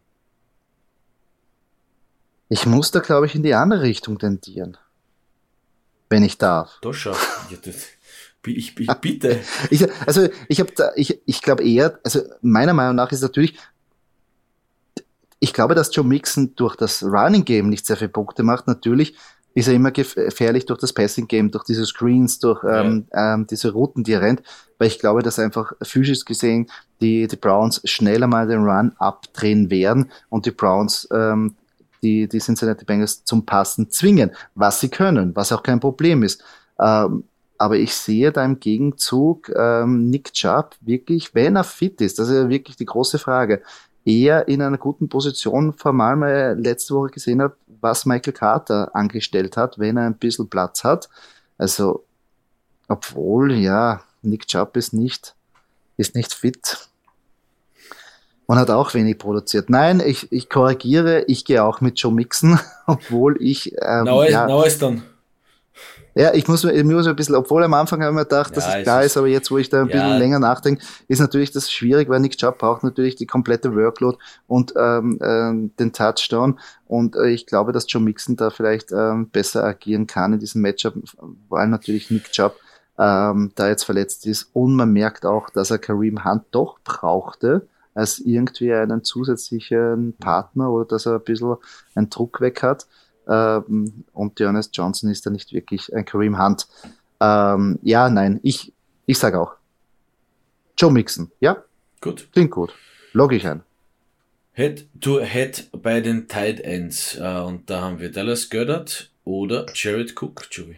Ich muss da, glaube ich, in die andere Richtung tendieren. Wenn ich darf. Das schau. Ja, das, ich, ich bitte. Ich, also, ich habe da, ich, ich glaube eher, also meiner Meinung nach ist natürlich, ich glaube, dass Joe Mixon durch das Running Game nicht sehr viele Punkte macht. Natürlich ist er immer gefährlich durch das Passing Game, durch diese Screens, durch ja. ähm, ähm, diese Routen, die er rennt, weil ich glaube, dass einfach physisch gesehen die, die Browns schneller mal den Run abdrehen werden und die Browns ähm, die, die Cincinnati Bengals zum Passen zwingen, was sie können, was auch kein Problem ist. Ähm, aber ich sehe da im Gegenzug ähm, Nick Chubb wirklich, wenn er fit ist, das ist ja wirklich die große Frage, eher in einer guten Position, vor allem weil er letzte Woche gesehen hat, was Michael Carter angestellt hat, wenn er ein bisschen Platz hat. Also, obwohl, ja, Nick Chubb ist nicht, ist nicht fit und hat auch wenig produziert. Nein, ich, ich korrigiere, ich gehe auch mit Joe Mixon, obwohl ich... Ähm, no, ja, no ist dann. Ja, ich muss, ich muss ein bisschen, obwohl am Anfang habe ich mir gedacht, ja, dass es klar ist, aber jetzt, wo ich da ein ja. bisschen länger nachdenke, ist natürlich das schwierig, weil Nick Chubb braucht natürlich die komplette Workload und ähm, äh, den Touchdown. Und äh, ich glaube, dass Joe Mixon da vielleicht ähm, besser agieren kann in diesem Matchup, weil natürlich Nick Chubb ähm, da jetzt verletzt ist. Und man merkt auch, dass er Kareem Hunt doch brauchte, als irgendwie einen zusätzlichen Partner oder dass er ein bisschen einen Druck weg hat. Ähm, und D'Ernest Johnson ist da nicht wirklich ein Kareem Hunt. Ähm, ja, nein, ich, ich sage auch Joe Mixon, ja? Gut. Klingt gut. Log ich ein. Head to Head bei den Tight Ends. Uh, und da haben wir Dallas Goedert oder Jared Cook, Joey.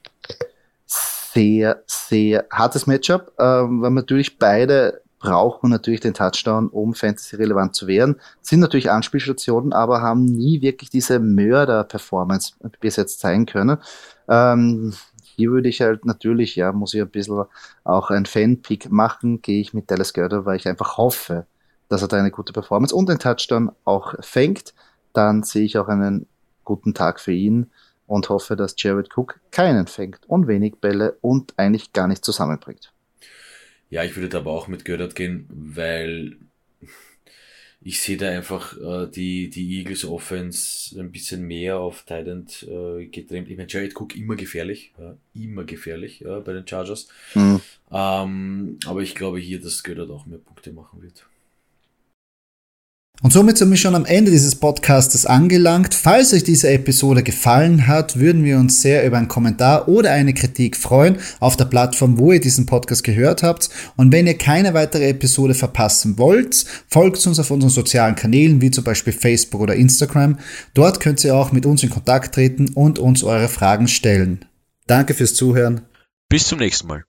Sehr, sehr hartes Matchup, ähm, weil natürlich beide brauchen natürlich den Touchdown, um Fantasy-relevant zu werden. Sind natürlich Anspielstationen, aber haben nie wirklich diese Mörder-Performance bis jetzt zeigen können. Ähm, hier würde ich halt natürlich, ja, muss ich ein bisschen auch ein Fan-Pick machen, gehe ich mit Dallas Goedert, weil ich einfach hoffe, dass er da eine gute Performance und den Touchdown auch fängt. Dann sehe ich auch einen guten Tag für ihn und hoffe, dass Jared Cook keinen fängt und wenig Bälle und eigentlich gar nicht zusammenbringt. Ja, ich würde da aber auch mit Goedert gehen, weil ich sehe da einfach äh, die, die Eagles Offense ein bisschen mehr auf Tight End äh, getrimmt. Ich meine, Jared Cook immer gefährlich, ja, immer gefährlich ja, bei den Chargers. Mhm. Ähm, aber ich glaube hier, dass Goedert auch mehr Punkte machen wird. Und somit sind wir schon am Ende dieses Podcastes angelangt. Falls euch diese Episode gefallen hat, würden wir uns sehr über einen Kommentar oder eine Kritik freuen auf der Plattform, wo ihr diesen Podcast gehört habt. Und wenn ihr keine weitere Episode verpassen wollt, folgt uns auf unseren sozialen Kanälen, wie zum Beispiel Facebook oder Instagram. Dort könnt ihr auch mit uns in Kontakt treten und uns eure Fragen stellen. Danke fürs Zuhören. Bis zum nächsten Mal.